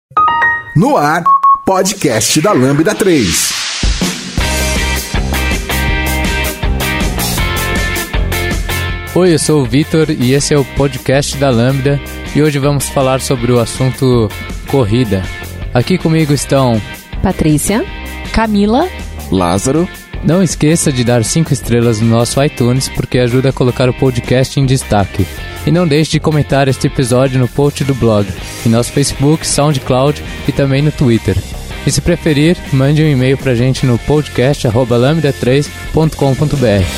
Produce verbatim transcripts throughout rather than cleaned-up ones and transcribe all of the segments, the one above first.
No ar, podcast da Lambda três. Oi, eu sou o Vitor e esse é o podcast da Lambda e hoje vamos falar sobre o assunto corrida. Aqui comigo estão Patrícia, Camila, Lázaro. Não esqueça de dar cinco estrelas no nosso iTunes porque ajuda a colocar o podcast em destaque. E não deixe de comentar este episódio no post do blog, em nosso Facebook, SoundCloud e também no Twitter. E se preferir, mande um e-mail pra gente no podcast arroba lambda três ponto com ponto b r.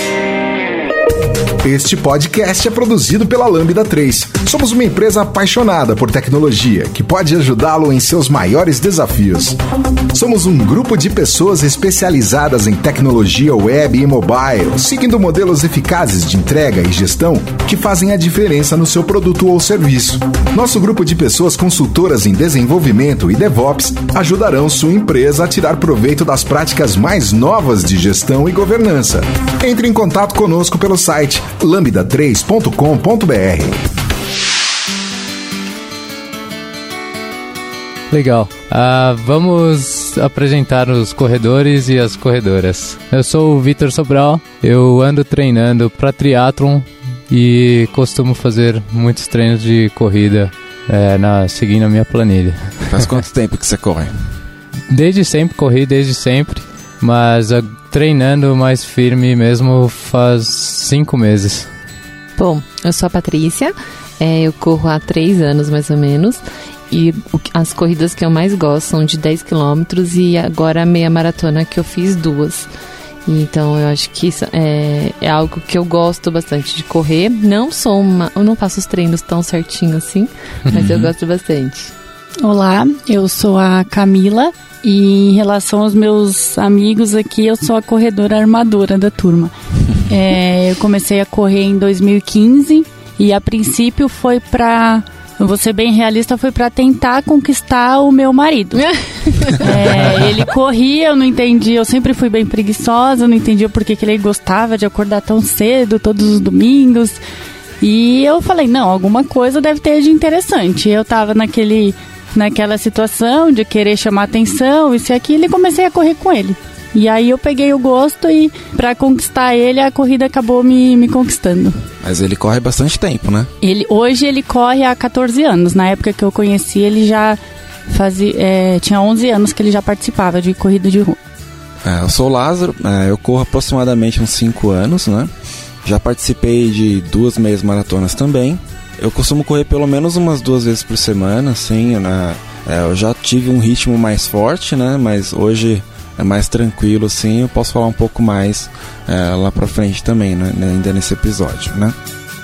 Este podcast é produzido pela Lambda três. Somos uma empresa apaixonada por tecnologia que pode ajudá-lo em seus maiores desafios. Somos um grupo de pessoas especializadas em tecnologia web e mobile, seguindo modelos eficazes de entrega e gestão que fazem a diferença no seu produto ou serviço. Nosso grupo de pessoas consultoras em desenvolvimento e DevOps ajudarão sua empresa a tirar proveito das práticas mais novas de gestão e governança. Entre em contato conosco pelo site lambda três ponto com ponto b r. Legal. Uh, vamos apresentar os corredores e as corredoras. Eu sou o Vitor Sobral, eu ando treinando para triatlon e costumo fazer muitos treinos de corrida é, na, seguindo a minha planilha. Faz quanto tempo que você corre? Desde sempre, corri desde sempre, mas uh, treinando mais firme mesmo faz cinco meses. Bom, eu sou a Patrícia, é, eu corro há três anos mais ou menos. E as corridas que eu mais gosto são de dez quilômetros e agora a meia maratona que eu fiz duas. Então eu acho que isso é, é algo que eu gosto bastante de correr. Não sou uma, eu não faço os treinos tão certinho assim, mas eu gosto bastante. Olá, eu sou a Camila e em relação aos meus amigos aqui, eu sou a corredora armadora da turma. É, eu comecei a correr em dois mil e quinze e a princípio foi para... Eu vou ser bem realista, foi pra tentar conquistar o meu marido. é, ele corria, eu não entendia, eu sempre fui bem preguiçosa, eu não entendia por que, que ele gostava de acordar tão cedo, todos os domingos. E eu falei, não, alguma coisa deve ter de interessante. Eu tava naquele, naquela situação de querer chamar atenção, isso e aquilo, e comecei a correr com ele. E aí eu peguei o gosto e pra conquistar ele, a corrida acabou me, me conquistando. Mas ele corre bastante tempo, né? Ele, hoje ele corre há catorze anos. Na época que eu conheci, ele já fazia, é, tinha onze anos que ele já participava de corrida de rua. É, eu sou o Lázaro, é, eu corro aproximadamente uns cinco anos, né? Já participei de duas meias maratonas também. Eu costumo correr pelo menos umas duas vezes por semana, assim, né? É, eu já tive um ritmo mais forte, né? Mas hoje é mais tranquilo, assim, eu posso falar um pouco mais é, lá pra frente também, né, ainda nesse episódio, né?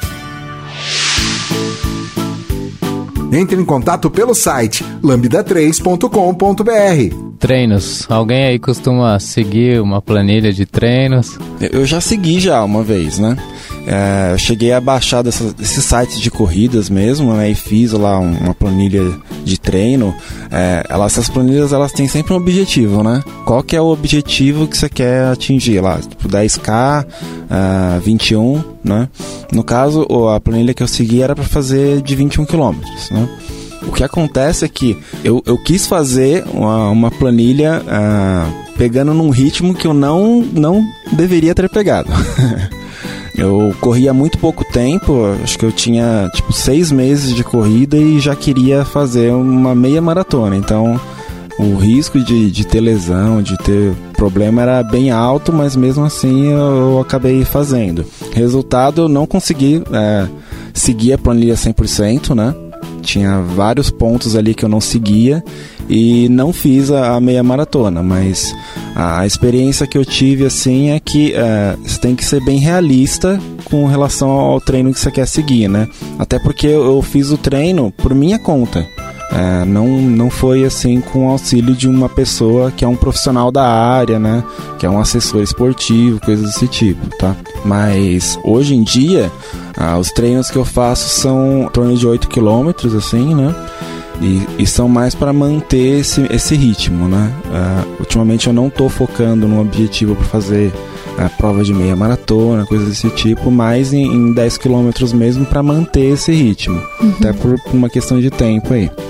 Entre em contato pelo site lambda três ponto com ponto b r. Treinos. Alguém aí costuma seguir uma planilha de treinos? Eu já segui já uma vez, né? É, eu cheguei a baixar dessa, desses sites de corridas mesmo, né? E fiz lá um, uma planilha de treino. É, elas, essas planilhas, elas têm sempre um objetivo, né? Qual que é o objetivo que você quer atingir lá? Tipo dez ká, uh, vinte e um, né? No caso, a planilha que eu segui era para fazer de vinte e um quilômetros, né? O que acontece é que eu, eu quis fazer uma, uma planilha uh, pegando num ritmo que eu não, não deveria ter pegado. Eu corria há muito pouco tempo, acho que eu tinha tipo seis meses de corrida e já queria fazer uma meia maratona. Então o risco de, de ter lesão, de ter problema era bem alto, mas mesmo assim eu, eu acabei fazendo. Resultado, eu não consegui é, seguir a planilha cem por cento, né? Tinha vários pontos ali que eu não seguia e não fiz a, a meia maratona, mas a, a experiência que eu tive assim é que é, você tem que ser bem realista com relação ao treino que você quer seguir, né? Até porque eu, eu fiz o treino por minha conta. É, não, não foi assim com o auxílio de uma pessoa que é um profissional da área, né? Que é um assessor esportivo, coisas desse tipo, tá? Mas hoje em dia, ah, os treinos que eu faço são em torno de oito quilômetros, assim, né? E, e são mais para manter esse, esse ritmo, né? Ah, ultimamente eu não tô focando no objetivo para fazer a prova de meia maratona, coisas desse tipo, mas em, em dez quilômetros mesmo para manter esse ritmo, uhum. Até por, por uma questão de tempo aí.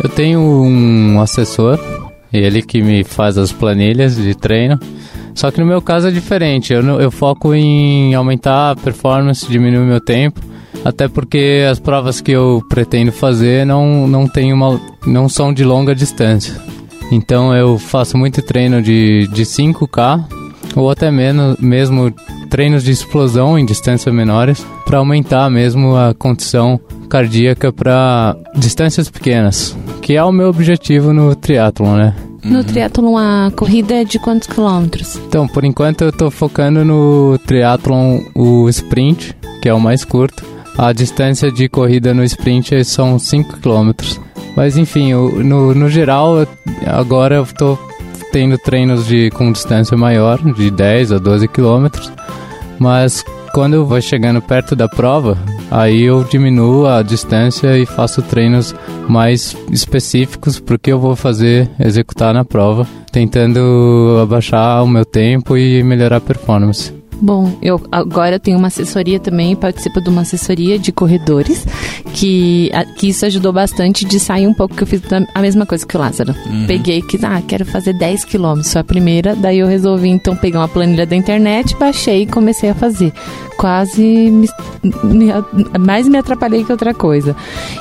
Eu tenho um assessor, ele que me faz as planilhas de treino. Só que no meu caso é diferente, eu, eu foco em aumentar a performance, diminuir meu tempo, até porque as provas que eu pretendo fazer não, não, tem uma, não são de longa distância. Então eu faço muito treino de, de cinco K, ou até menos, mesmo treinos de explosão em distâncias menores, para aumentar mesmo a condição cardíaca para distâncias pequenas, que é o meu objetivo no triatlon, né? No triatlon, a corrida é de quantos quilômetros? Então, por enquanto eu tô focando no triatlon, o sprint, que é o mais curto. A distância de corrida no sprint são cinco quilômetros. Mas enfim, eu, no, no geral, agora eu tô tendo treinos de, com distância maior, de dez a doze quilômetros. Mas quando eu vou chegando perto da prova, aí eu diminuo a distância e faço treinos mais específicos para o que eu vou fazer, executar na prova, tentando abaixar o meu tempo e melhorar a performance. Bom, eu agora tenho uma assessoria também, participo de uma assessoria de corredores, que, que isso ajudou bastante de sair um pouco, que eu fiz a mesma coisa que o Lázaro. Uhum. Peguei, quis, ah, quero fazer dez quilômetros, foi a primeira, daí eu resolvi então pegar uma planilha da internet, baixei e comecei a fazer. Quase me, me, mais me atrapalhei que outra coisa.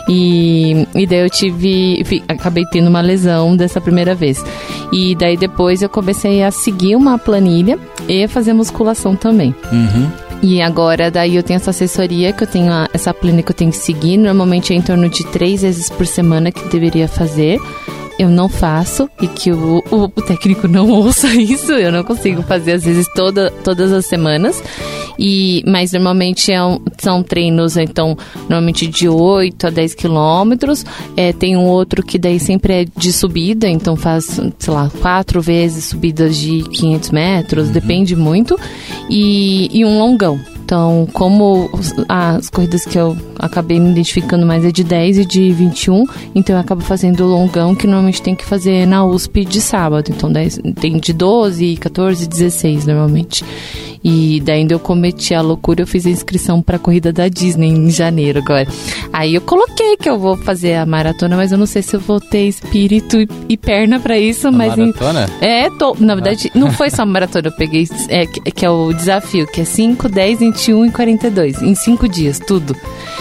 E, e daí eu tive, acabei tendo uma lesão dessa primeira vez. E daí depois eu comecei a seguir uma planilha e fazer musculação também. Uhum. E agora daí eu tenho essa assessoria que eu tenho, a, essa planilha que eu tenho que seguir. Normalmente é em torno de três vezes por semana que deveria fazer. Eu não faço e que o, o, o técnico não ouça isso. Eu não consigo fazer às vezes toda, todas as semanas. E, mas normalmente é um, são treinos, então, normalmente de oito a dez quilômetros. É, tem um outro que daí sempre é de subida, então faz, sei lá, quatro vezes subidas de quinhentos metros, uhum. Depende muito. E, e um longão. Então, como as corridas que eu acabei me identificando mais é de dez e de vinte e um, então eu acabo fazendo o longão, que normalmente tem que fazer na U S P de sábado. Então, tem de doze, quatorze, dezesseis normalmente. E daí ainda eu cometi a loucura, eu fiz a inscrição para a corrida da Disney em janeiro agora. Aí eu coloquei que eu vou fazer a maratona, mas eu não sei se eu vou ter espírito e, e perna para isso. A mas maratona? Em, é, tô, na verdade, ah. Não foi só maratona, eu peguei, é, que é o desafio, que é cinco, dez, vinte e um e quarenta e dois, em cinco dias, tudo.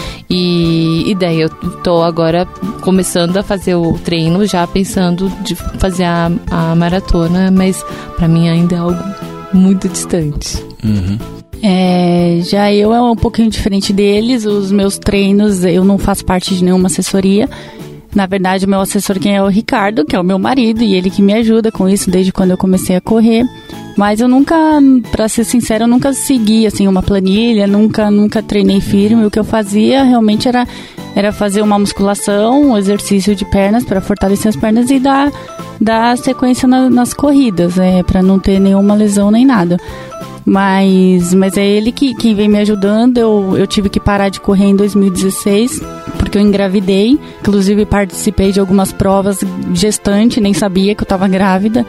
E, e daí eu tô agora começando a fazer o treino, já pensando de fazer a, a maratona, mas para mim ainda é algo muito distante. Uhum. É, já eu é um pouquinho diferente deles. Os meus treinos, eu não faço parte de nenhuma assessoria. Na verdade, o meu assessor quem é o Ricardo, que é o meu marido, e ele que me ajuda com isso desde quando eu comecei a correr. Mas eu nunca, pra ser sincera, eu nunca segui assim, uma planilha, nunca, nunca treinei firme. O que eu fazia realmente era, era fazer uma musculação, um exercício de pernas para fortalecer as pernas e dar, dar sequência na, nas corridas, é, para não ter nenhuma lesão nem nada. Mas, mas é ele que, que vem me ajudando. Eu, eu tive que parar de correr em dois mil e dezesseis, porque eu engravidei. Inclusive participei de algumas provas gestante, nem sabia que eu estava grávida.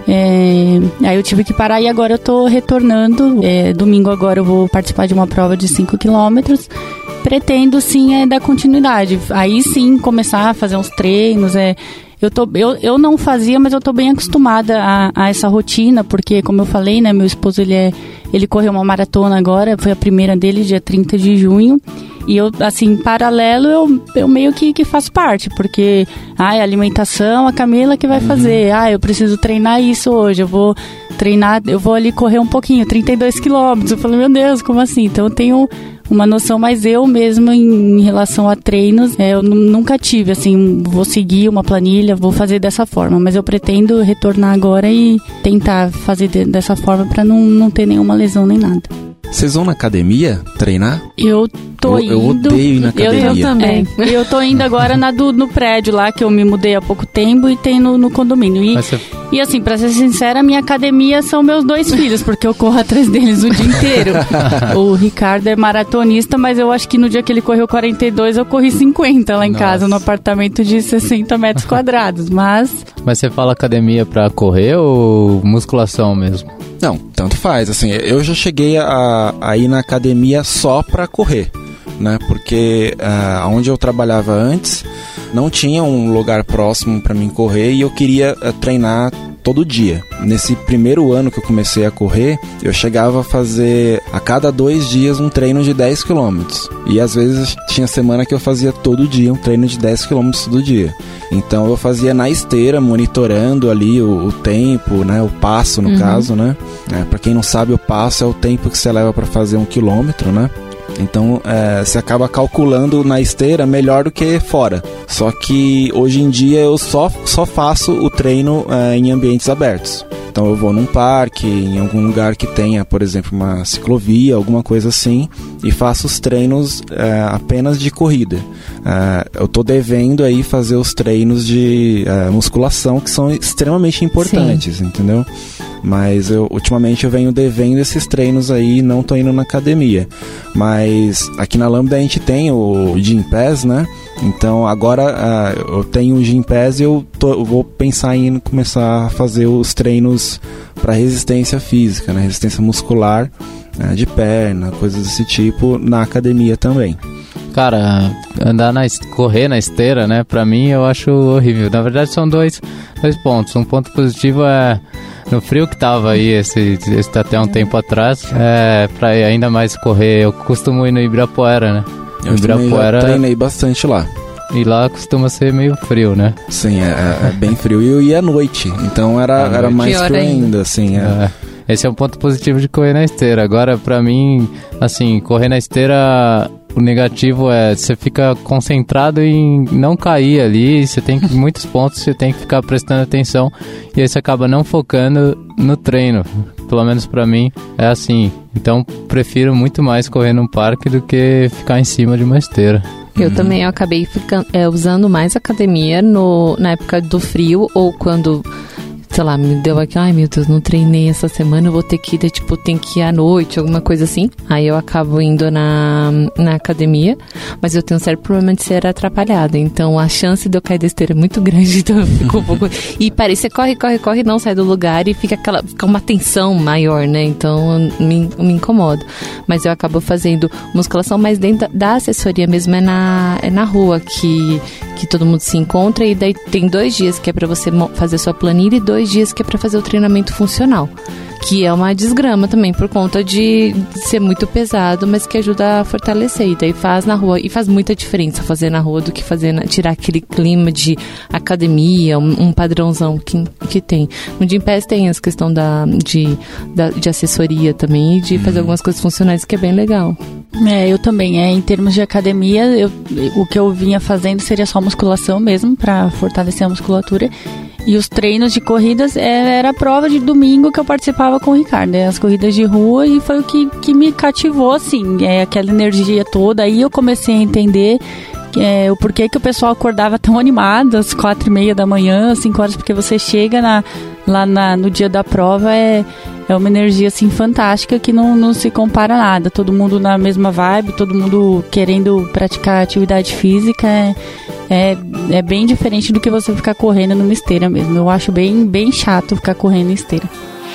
É, aí eu tive que parar e agora eu tô retornando. É, domingo agora eu vou participar de uma prova de cinco quilômetros. Pretendo sim é, dar continuidade. Aí sim começar a fazer uns treinos. É, eu, tô, eu, eu não fazia, mas eu tô bem acostumada a, a essa rotina, porque como eu falei, né, meu esposo ele, é, ele correu uma maratona agora, foi a primeira dele, dia trinta de junho. E eu, assim, em paralelo, eu, eu meio que, que faço parte, porque, ah, a alimentação, a Camila que vai fazer. Ah, eu preciso treinar isso hoje, eu vou treinar, eu vou ali correr um pouquinho, trinta e dois quilômetros. Eu falei, meu Deus, como assim? Então eu tenho uma noção, mas eu mesmo, em, em relação a treinos, é, eu n- nunca tive, assim, vou seguir uma planilha, vou fazer dessa forma. Mas eu pretendo retornar agora e tentar fazer de, dessa forma para não, não ter nenhuma lesão nem nada. Vocês vão na academia treinar? Eu tô eu, indo. Eu odeio ir na academia. Eu, eu também. É, eu tô indo agora na do, no prédio lá, que eu me mudei há pouco tempo e tem no, no condomínio. E, você... e assim, pra ser sincera, a minha academia são meus dois filhos, porque eu corro atrás deles o dia inteiro. O Ricardo é maratonista, mas eu acho que no dia que ele correu quarenta e dois, eu corri cinquenta lá em Nossa. casa, no apartamento de sessenta metros quadrados, mas... Mas você fala academia pra correr ou musculação mesmo? Não, tanto faz, assim, eu já cheguei a, a ir na academia só pra correr, né, porque uh, onde eu trabalhava antes não tinha um lugar próximo para mim correr e eu queria uh, treinar todo dia. Nesse primeiro ano que eu comecei a correr, eu chegava a fazer a cada dois dias um treino de dez quilômetros. E às vezes tinha semana que eu fazia todo dia um treino de dez quilômetros todo dia. Então eu fazia na esteira, monitorando ali o, o tempo, né, o passo no uhum. caso, né? É, para quem não sabe, o passo é o tempo que você leva para fazer um quilômetro, né? Então é, você acaba calculando na esteira melhor do que fora. Só que hoje em dia eu só, só faço o treino é, em ambientes abertos. Então eu vou num parque, em algum lugar que tenha, por exemplo, uma ciclovia, alguma coisa assim, e faço os treinos é, apenas de corrida. É, eu tô devendo aí fazer os treinos de é, musculação, que são extremamente importantes, Sim. entendeu? Mas eu, ultimamente eu venho devendo esses treinos aí, não tô indo na academia. Mas aqui na Lambda a gente tem o Gym Pass, né? Então agora uh, eu tenho o Gym Pass e eu, tô, eu vou pensar em começar a fazer os treinos para resistência física, né? Resistência muscular, né? De perna, coisas desse tipo, na academia também. Cara, andar na correr na esteira, né? Pra mim eu acho horrível. Na verdade são dois, dois pontos. Um ponto positivo é no frio que tava aí esse, esse até um tempo atrás, é, pra ainda mais correr. Eu costumo ir no Ibirapuera, né? Eu Ibirapuera, já treinei bastante lá. E lá costuma ser meio frio, né? Sim, é, é bem frio. E eu ia à noite, então era, era mais frio ainda, assim. É. É. Esse é um ponto positivo de correr na esteira. Agora, pra mim, assim, correr na esteira, o negativo é você fica concentrado em não cair ali, você tem que, muitos pontos você tem que ficar prestando atenção e aí você acaba não focando no treino. Pelo menos pra mim é assim. Então, prefiro muito mais correr num parque do que ficar em cima de uma esteira. Eu hum. também eu acabei ficando, é, usando mais academia no, na época do frio ou quando... sei lá, me deu aqui, ai meu Deus, não treinei essa semana, eu vou ter que ir, tipo, tem que ir à noite, alguma coisa assim. Aí eu acabo indo na, na academia, mas eu tenho um certo problema de ser atrapalhada, então a chance de eu cair da esteira é muito grande, então eu fico um pouco... E parece que você corre, corre, corre, não sai do lugar e fica aquela, fica uma tensão maior, né, então me, me incomoda. Mas eu acabo fazendo musculação, mas dentro da, da assessoria mesmo, é na, é na rua que, que todo mundo se encontra e daí tem dois dias que é pra você fazer sua planilha e dois dias que é para fazer o treinamento funcional, que é uma desgrama também por conta de ser muito pesado, mas que ajuda a fortalecer. E daí faz na rua, e faz muita diferença fazer na rua do que fazer na, tirar aquele clima de academia, um, um padrãozão que, que tem. No Gym Pass tem essa questão da, de, da, de assessoria também e de fazer algumas coisas funcionais, que é bem legal. É, eu também. É, em termos de academia, eu, o que eu vinha fazendo seria só musculação mesmo, para fortalecer a musculatura. E os treinos de corridas era a prova de domingo que eu participava com o Ricardo, né? As corridas de rua, e foi o que, que me cativou, assim, é, aquela energia toda. Aí eu comecei a entender é, o porquê que o pessoal acordava tão animado às quatro e meia da manhã, cinco horas, porque você chega na, lá na, no dia da prova, é, é uma energia assim fantástica que não, não se compara a nada. Todo mundo na mesma vibe, todo mundo querendo praticar atividade física. É, É, é bem diferente do que você ficar correndo numa esteira mesmo. Eu acho bem, bem chato ficar correndo em esteira.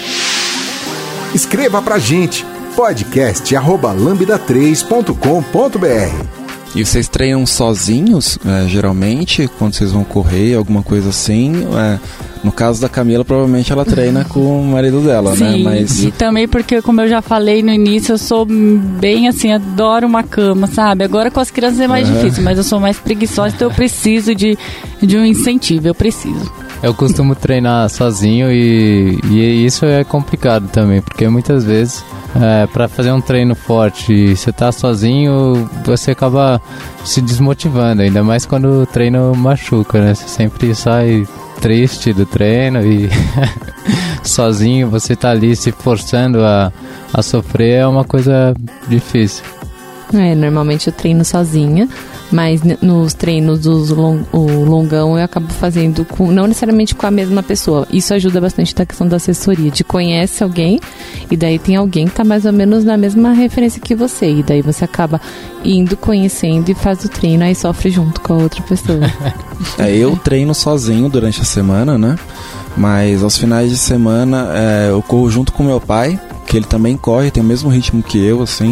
Escreva pra gente, podcast arroba lambda três ponto com ponto b r. E vocês treinam sozinhos, é, geralmente, quando vocês vão correr, alguma coisa assim? É, no caso da Camila, provavelmente ela treina com o marido dela, Sim, né? Mas... e também porque, como eu já falei no início, eu sou bem assim, adoro uma cama, sabe? Agora com as crianças é mais uhum. difícil, mas eu sou mais preguiçosa, então eu preciso de, de um incentivo, eu preciso. Eu costumo treinar sozinho e, e isso é complicado também, porque muitas vezes é, para fazer um treino forte e você tá sozinho, você acaba se desmotivando, ainda mais quando o treino machuca, né? Você sempre sai triste do treino e sozinho você tá ali se forçando a, a sofrer, é uma coisa difícil. É, normalmente eu treino sozinha, mas nos treinos do long, o longão eu acabo fazendo com, não necessariamente com a mesma pessoa. Isso ajuda bastante na questão da assessoria, de conhece alguém e daí tem alguém que tá mais ou menos na mesma referência que você, e daí você acaba indo, conhecendo e faz o treino, aí sofre junto com a outra pessoa. É, eu treino sozinho durante a semana, né? Mas aos finais de semana é, eu corro junto com meu pai, que ele também corre, tem o mesmo ritmo que eu, assim.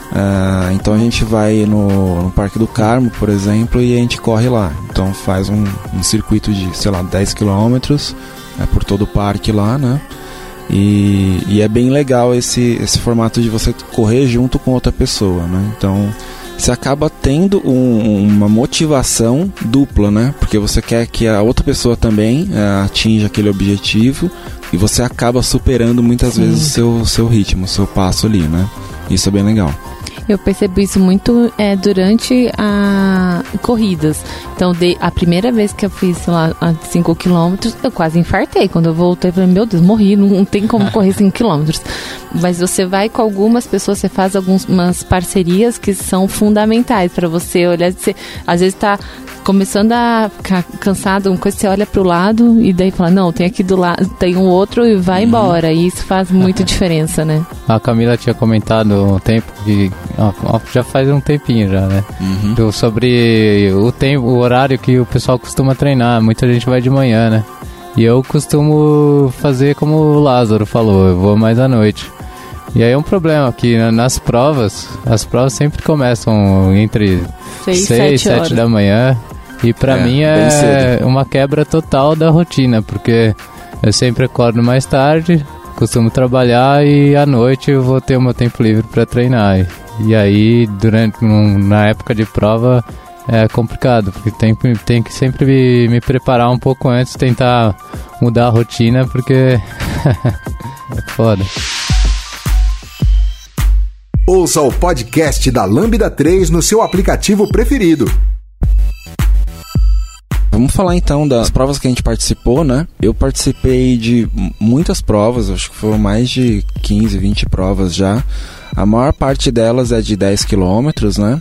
Uh, então a gente vai no, no Parque do Carmo, por exemplo, e a gente corre lá. Então faz um, um circuito de, sei lá, dez quilômetros é, por todo o parque lá, né? E, e é bem legal esse, esse formato de você correr junto com outra pessoa, né? Então você acaba tendo um, uma motivação dupla, né? Porque você quer que a outra pessoa também é, atinja aquele objetivo e você acaba superando muitas Sim. vezes o seu, seu ritmo, o seu passo ali, né? Isso é bem legal. Eu percebo isso muito é, durante a corridas. Então, de, a primeira vez que eu fiz, sei lá, cinco quilômetros, eu quase infartei. Quando eu voltei, eu falei, meu Deus, morri, não, não tem como correr cinco quilômetros. Mas você vai com algumas pessoas, você faz algumas parcerias que são fundamentais para você olhar. Você, às vezes está começando a ficar cansado, uma coisa, você olha pro lado e daí fala, não, tem aqui do lado, tem um outro e vai uhum. embora. E isso faz muita diferença, né? A Camila tinha comentado um tempo que ó, já faz um tempinho já, né? Uhum. Sobre o tempo, o horário que o pessoal costuma treinar. Muita gente vai de manhã, né? E eu costumo fazer como o Lázaro falou, eu vou mais à noite. E aí é um problema que nas provas, as provas sempre começam entre seis, sete da manhã. E pra é, mim é uma quebra total da rotina, porque eu sempre acordo mais tarde, costumo trabalhar e à noite eu vou ter o meu tempo livre para treinar. E aí, durante um, na época de prova, é complicado, porque tem, tem que sempre me, me preparar um pouco antes, tentar mudar a rotina, porque é foda. Ouça o podcast da Lambda três no seu aplicativo preferido. Vamos falar então das provas que a gente participou, né? Eu participei de muitas provas, acho que foram mais de quinze, vinte provas já. A maior parte delas é de dez quilômetros, né?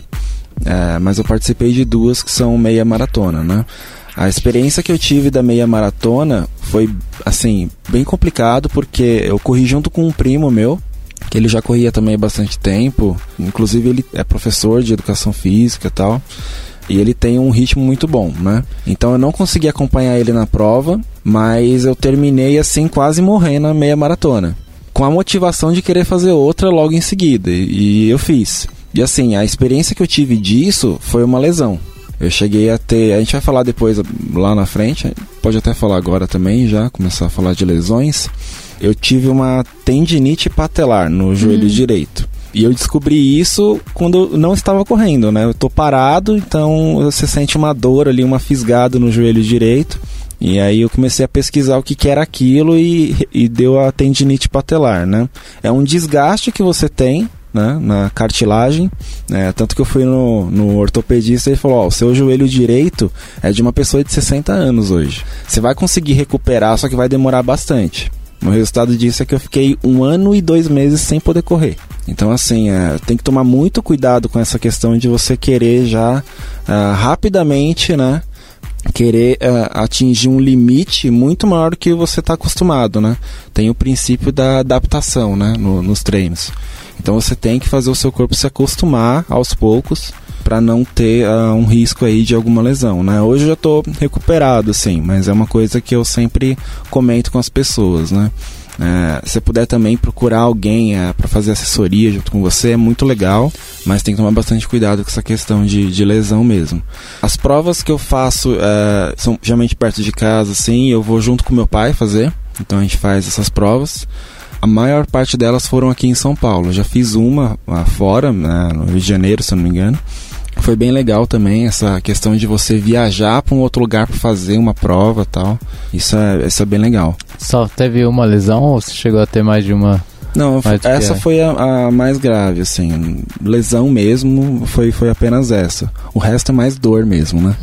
É, mas eu participei de duas que são meia maratona, né? A experiência que eu tive da meia maratona foi, assim, bem complicado, porque eu corri junto com um primo meu, que ele já corria também há bastante tempo. Inclusive ele é professor de educação física e tal. E ele tem um ritmo muito bom, né? Então eu não consegui acompanhar ele na prova, mas eu terminei assim quase morrendo na meia maratona, com a motivação de querer fazer outra logo em seguida. E, e eu fiz. E assim, a experiência que eu tive disso foi uma lesão. Eu cheguei a ter... A gente vai falar depois lá na frente, pode até falar agora também já, começar a falar de lesões. Eu tive uma tendinite patelar no joelho uhum. direito. E eu descobri isso quando eu não estava correndo, né? Eu tô parado, então você sente uma dor ali, uma fisgada no joelho direito. E aí eu comecei a pesquisar o que, que era aquilo e, e deu a tendinite patelar, né? É um desgaste que você tem, né, na cartilagem, né? Tanto que eu fui no, no ortopedista e ele falou, ó, o seu joelho direito é de uma pessoa de sessenta anos hoje. Você vai conseguir recuperar, só que vai demorar bastante. O resultado disso é que eu fiquei um ano e dois meses sem poder correr. Então, assim, é, tem que tomar muito cuidado com essa questão de você querer já uh, rapidamente, né, querer uh, atingir um limite muito maior do que você está acostumado, né? Tem o princípio da adaptação, né, no, nos treinos. Então você tem que fazer o seu corpo se acostumar aos poucos para não ter uh, um risco aí de alguma lesão, né? Hoje eu já estou recuperado, assim, mas é uma coisa que eu sempre comento com as pessoas, né? É, se puder também procurar alguém é, para fazer assessoria junto com você, é muito legal, mas tem que tomar bastante cuidado com essa questão de, de lesão mesmo. As provas que eu faço é, são geralmente perto de casa, assim, eu vou junto com meu pai fazer, então a gente faz essas provas. A maior parte delas foram aqui em São Paulo. Eu já fiz uma lá fora, né, no Rio de Janeiro, se eu não me engano. Foi bem legal também essa questão de você viajar para um outro lugar para fazer uma prova e tal. Isso é, isso é bem legal. Só teve uma lesão ou você chegou a ter mais de uma? Não, essa foi a, a mais grave, assim. Lesão mesmo foi, foi apenas essa. O resto é mais dor mesmo, né?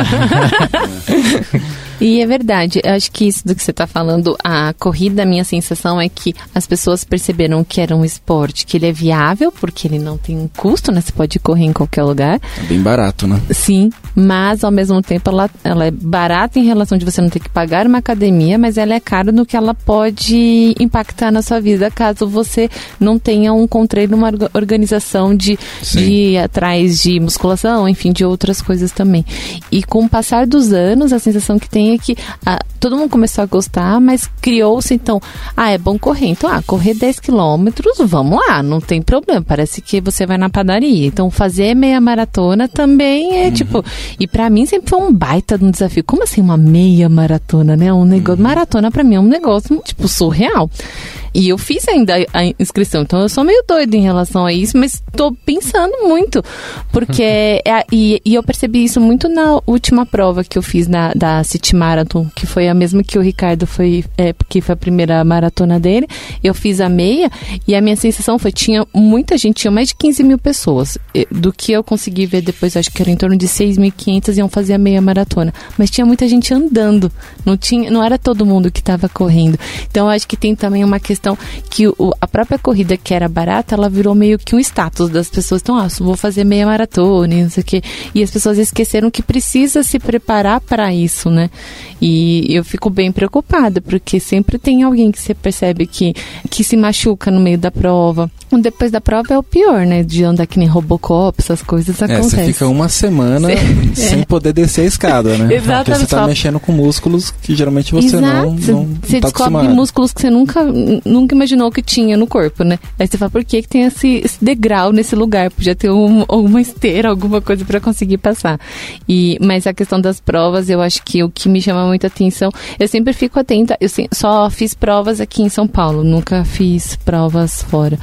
E é verdade, eu acho que isso do que você está falando, a corrida, a minha sensação é que as pessoas perceberam que era um esporte, que ele é viável, porque ele não tem um custo, né? Você pode correr em qualquer lugar. É bem barato, né? Sim, mas ao mesmo tempo ela, ela é barata em relação de você não ter que pagar uma academia, mas ela é cara no que ela pode impactar na sua vida, caso você não tenha um controle, uma organização de, de ir atrás de musculação, enfim, de outras coisas também. E com o passar dos anos, a sensação que tem meio que ah, todo mundo começou a gostar, mas criou-se então, ah, é bom correr. Então, ah, correr dez quilômetros, vamos lá, não tem problema. Parece que você vai na padaria. Então, fazer meia maratona também é uhum. tipo... E pra mim sempre foi um baita de um desafio. Como assim uma meia maratona, né? Um negócio... Uhum. Maratona pra mim é um negócio, tipo, surreal. E eu fiz ainda a inscrição, então eu sou meio doida em relação a isso, mas tô pensando muito, porque é, e, e eu percebi isso muito na última prova que eu fiz na, da City Marathon, que foi a mesma que o Ricardo foi, é, porque foi a primeira maratona dele. Eu fiz a meia e a minha sensação foi, tinha muita gente, tinha mais de quinze mil pessoas, do que eu consegui ver depois, acho que era em torno de seis mil e quinhentos iam fazer a meia maratona, mas tinha muita gente andando, não, tinha, não era todo mundo que estava correndo. Então eu acho que tem também uma questão que o, a própria corrida, que era barata, ela virou meio que um status das pessoas. Então, ah, vou fazer meia maratona, não sei o quê. E as pessoas esqueceram que precisa se preparar para isso, né? E eu fico bem preocupada, porque sempre tem alguém que você percebe que, que se machuca no meio da prova. Depois da prova é o pior, né? De andar que nem Robocop, essas coisas é, acontecem. Você fica uma semana Cê, sem é. poder descer a escada, né? Exatamente. Porque você tá mexendo com músculos que geralmente você Exato. não, não Você tá descobre acostumado. músculos que você nunca, nunca imaginou que tinha no corpo, né? Aí você fala, por que que tem esse, esse degrau nesse lugar? Podia ter um, uma esteira, alguma coisa para conseguir passar. E, mas a questão das provas, eu acho que o que me chama muita atenção, eu sempre fico atenta, eu só fiz provas aqui em São Paulo, nunca fiz provas fora.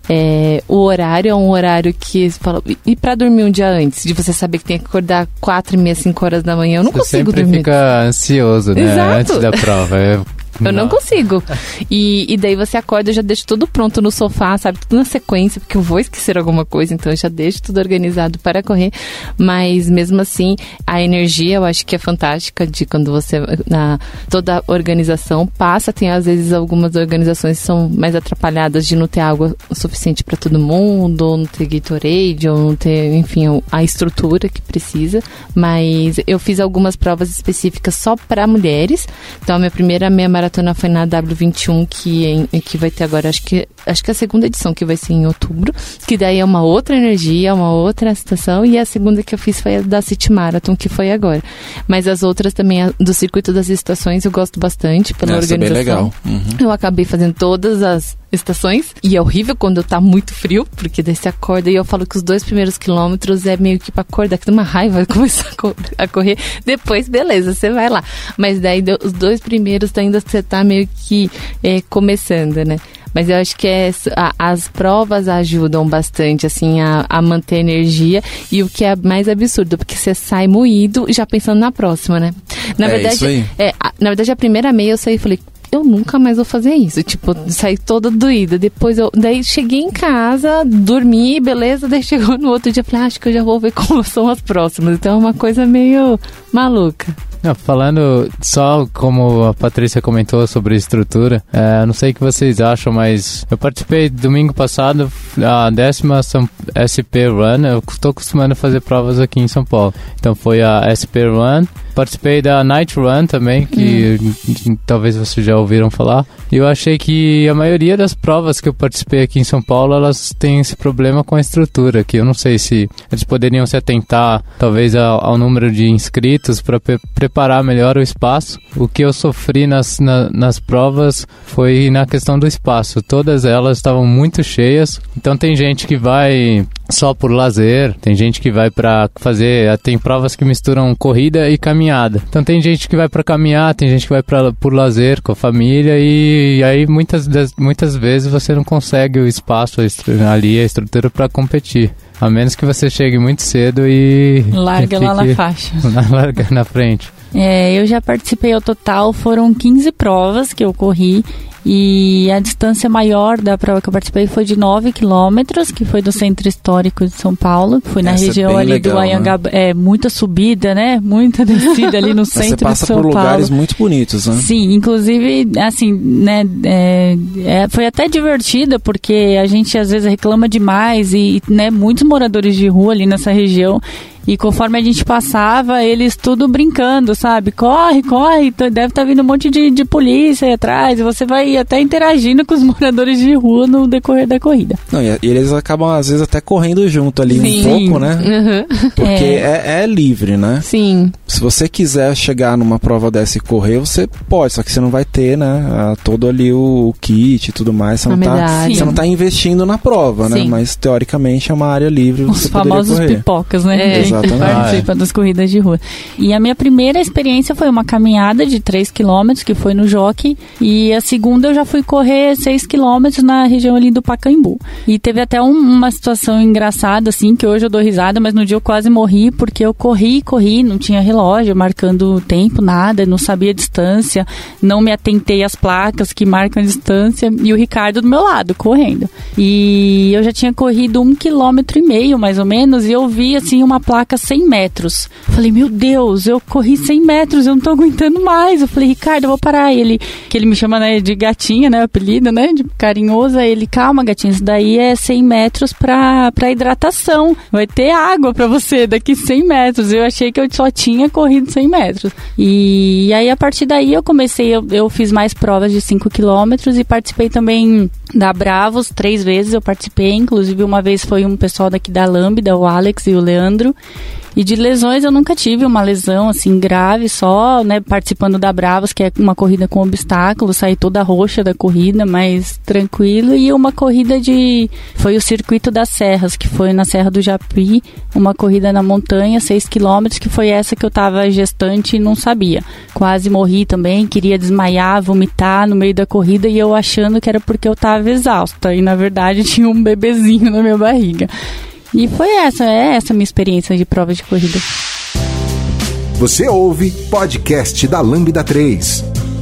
É, o horário é um horário que fala, e pra dormir um dia antes, de você saber que tem que acordar quatro e meia, cinco horas da manhã, eu não você consigo sempre dormir. Fica ansioso, né? Exato. Antes da prova. É... Eu não, não consigo. E, e daí você acorda, eu já deixo tudo pronto no sofá, sabe? Tudo na sequência, porque eu vou esquecer alguma coisa, então eu já deixo tudo organizado para correr. Mas mesmo assim, a energia eu acho que é fantástica de quando você, na toda a organização passa. Tem às vezes algumas organizações que são mais atrapalhadas de não ter água o suficiente para todo mundo, ou não ter Gatorade, ou não ter, enfim, a estrutura que precisa. Mas eu fiz algumas provas específicas só para mulheres. Então a minha primeira meia maratona maratona foi na W vinte e um, que, é, que vai ter agora, acho que, acho que a segunda edição, que vai ser em outubro, que daí é uma outra energia, uma outra situação, e a segunda que eu fiz foi a da City Marathon, que foi agora. Mas as outras também, a, do Circuito das Estações, eu gosto bastante pela Essa organização. É bem legal. Uhum. Eu acabei fazendo todas as estações, e é horrível quando tá muito frio, porque daí você acorda, e eu falo que os dois primeiros quilômetros é meio que pra acordar, que dá uma raiva começar a correr, depois beleza, você vai lá, mas daí os dois primeiros ainda você tá meio que é, começando, né? Mas eu acho que é, a, as provas ajudam bastante, assim, a, a manter energia, e o que é mais absurdo, porque você sai moído já pensando na próxima, né? Na é verdade, isso aí. É, a, na verdade, a primeira meia eu saí e falei, eu nunca mais vou fazer isso. Tipo, saí toda doída. Depois eu, daí cheguei em casa, dormi, beleza, daí chegou no outro dia, falei, ah, acho que eu já vou ver como são as próximas. Então é uma coisa meio maluca. Não, falando só como a Patrícia comentou sobre estrutura, é, não sei o que vocês acham, mas eu participei domingo passado da décima S P Run. Eu estou acostumando a fazer provas aqui em São Paulo. Então foi a S P Run. Participei da Night Run também, que hum. talvez vocês já ouviram falar. E eu achei que a maioria das provas que eu participei aqui em São Paulo, elas têm esse problema com a estrutura, que eu não sei se eles poderiam se atentar, talvez, ao, ao número de inscritos para pre- preparar melhor o espaço. O que eu sofri nas, na, nas provas foi na questão do espaço. Todas elas estavam muito cheias, então tem gente que vai só por lazer, tem gente que vai para fazer, tem provas que misturam corrida e caminhada. Então tem gente que vai para caminhar, tem gente que vai pra, por lazer com a família, e, e aí muitas, muitas vezes você não consegue o espaço ali, a estrutura para competir. A menos que você chegue muito cedo e... Larga lá na faixa. Larga na frente. É, eu já participei ao total, foram quinze provas que eu corri, e a distância maior da prova que eu participei foi de nove quilômetros, que foi do Centro Histórico de São Paulo. Fui na Essa região é ali legal, do Anhangaba, né? É, muita subida, né? Muita descida ali no centro de São Paulo. Você passa por lugares muito bonitos, né? Sim, inclusive, assim, né, é, é, foi até divertida, porque a gente às vezes reclama demais, e, né, muitos moradores de rua ali nessa região, E conforme a gente passava, eles tudo brincando, sabe? Corre, corre, deve estar vindo um monte de, de polícia aí atrás. E você vai até interagindo com os moradores de rua no decorrer da corrida. Não, e eles acabam, às vezes, até correndo junto ali. Sim. Um pouco, né? Uhum. Porque é. É, é livre, né? Sim. Se você quiser chegar numa prova dessa e correr, você pode, só que você não vai ter, né? Todo ali o, o kit e tudo mais. Você não, tá, você não tá investindo na prova, né? Sim. Mas, teoricamente, é uma área livre. Os você famosos correr. Pipocas, né? É. Exatamente. Participa ah, é. das corridas de rua. E a minha primeira experiência foi uma caminhada de três quilômetros, que foi no Jockey. E a segunda eu já fui correr seis quilômetros na região ali do Pacaembu. E teve até um, uma situação engraçada, assim, que hoje eu dou risada, mas no dia eu quase morri, porque eu corri, corri, não tinha relógio marcando tempo, nada, não sabia a distância, não me atentei às placas que marcam a distância, e o Ricardo do meu lado, correndo. E eu já tinha corrido um quilômetro e meio, mais ou menos, e eu vi, assim, uma placa cem metros. Falei, meu Deus, eu corri cem metros, eu não tô aguentando mais. Eu falei, Ricardo, eu vou parar. E ele, que ele me chama, né, de gatinha, né, apelido, né, de carinhoso, aí ele, calma, gatinha, isso daí é cem metros pra, pra hidratação, vai ter água pra você daqui cem metros. Eu achei que eu só tinha corrido cem metros. E, e aí, a partir daí, eu comecei, eu, eu fiz mais provas de cinco quilômetros e participei também da Bravos, três vezes eu participei, inclusive uma vez foi um pessoal daqui da Lambda, o Alex e o Leandro. E de lesões eu nunca tive uma lesão assim grave, só, né, participando da Bravos, que é uma corrida com obstáculos, saí toda roxa da corrida, mas tranquilo. E uma corrida de... foi o Circuito das Serras, que foi na Serra do Japi, uma corrida na montanha, seis quilômetros, que foi essa que eu tava gestante e não sabia. Quase morri também, queria desmaiar, vomitar no meio da corrida e eu achando que era porque eu tava exausta. E na verdade tinha um bebezinho na minha barriga. E foi essa, é essa a minha experiência de prova de corrida. Você ouve podcast da Lambda três.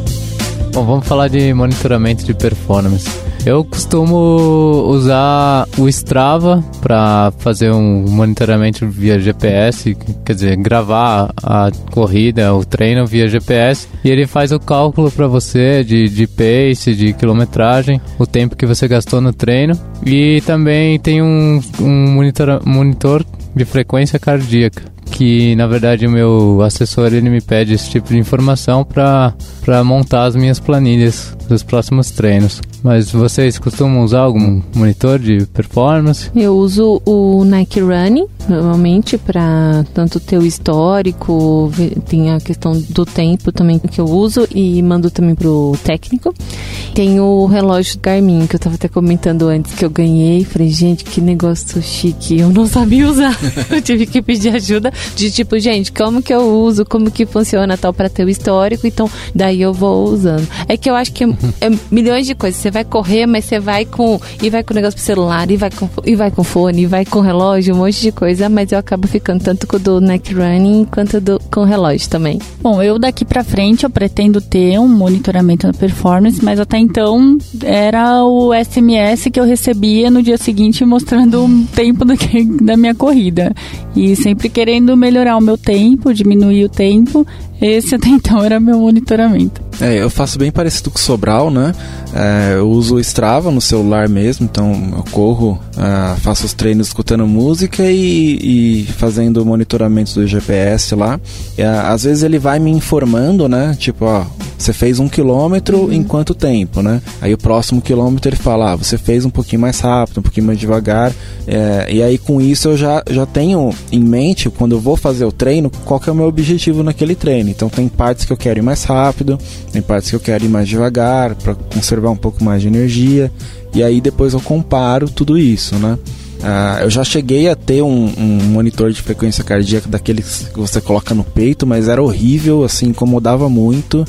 Bom, vamos falar de monitoramento de performance. Eu costumo usar o Strava para fazer um monitoramento via G P S, quer dizer, gravar a corrida, o treino via G P S, e ele faz o cálculo para você de, de pace, de quilometragem, o tempo que você gastou no treino, e também tem um, um monitor, monitor de frequência cardíaca, que na verdade o meu assessor ele me pede esse tipo de informação para para montar as minhas planilhas dos próximos treinos. Mas vocês costumam usar algum monitor de performance? Eu uso o Nike Running, normalmente, para tanto ter o histórico, tem a questão do tempo também que eu uso e mando também pro técnico. Tem o relógio Garmin, que eu tava até comentando antes, que eu ganhei. Falei, gente, que negócio chique, eu não sabia usar. Eu tive que pedir ajuda de tipo, gente, como que eu uso, como que funciona tal, para ter o histórico, então daí eu vou usando. É que eu acho que é, é milhões de coisas. Você vai correr, mas você vai com e vai com o negócio pro celular, e vai com, e vai com fone, e vai com relógio, um monte de coisa, mas eu acabo ficando tanto com o do Nike Running quanto do, com o relógio também. Bom, eu daqui pra frente eu pretendo ter um monitoramento da performance, mas até então era o S M S que eu recebia no dia seguinte mostrando o tempo da, da minha corrida. E sempre querendo melhorar o meu tempo, diminuir o tempo. Esse até então era meu monitoramento. É, eu faço bem parecido com o Sobral, né? É, eu uso o Strava no celular mesmo, então eu corro, uh, faço os treinos escutando música e, e fazendo monitoramentos do G P S lá. E, uh, às vezes ele vai me informando, né? Tipo, ó, você fez um quilômetro uhum. em quanto tempo, né? Aí o próximo quilômetro ele fala, ah, você fez um pouquinho mais rápido, um pouquinho mais devagar. É, e aí com isso eu já, já tenho em mente, quando eu vou fazer o treino, qual que é o meu objetivo naquele treino. Então tem partes que eu quero ir mais rápido, tem partes que eu quero ir mais devagar, para conservar um pouco mais de energia. E aí depois eu comparo tudo isso, né? Ah, eu já cheguei a ter um, um monitor de frequência cardíaca daqueles que você coloca no peito, mas era horrível, assim, incomodava muito.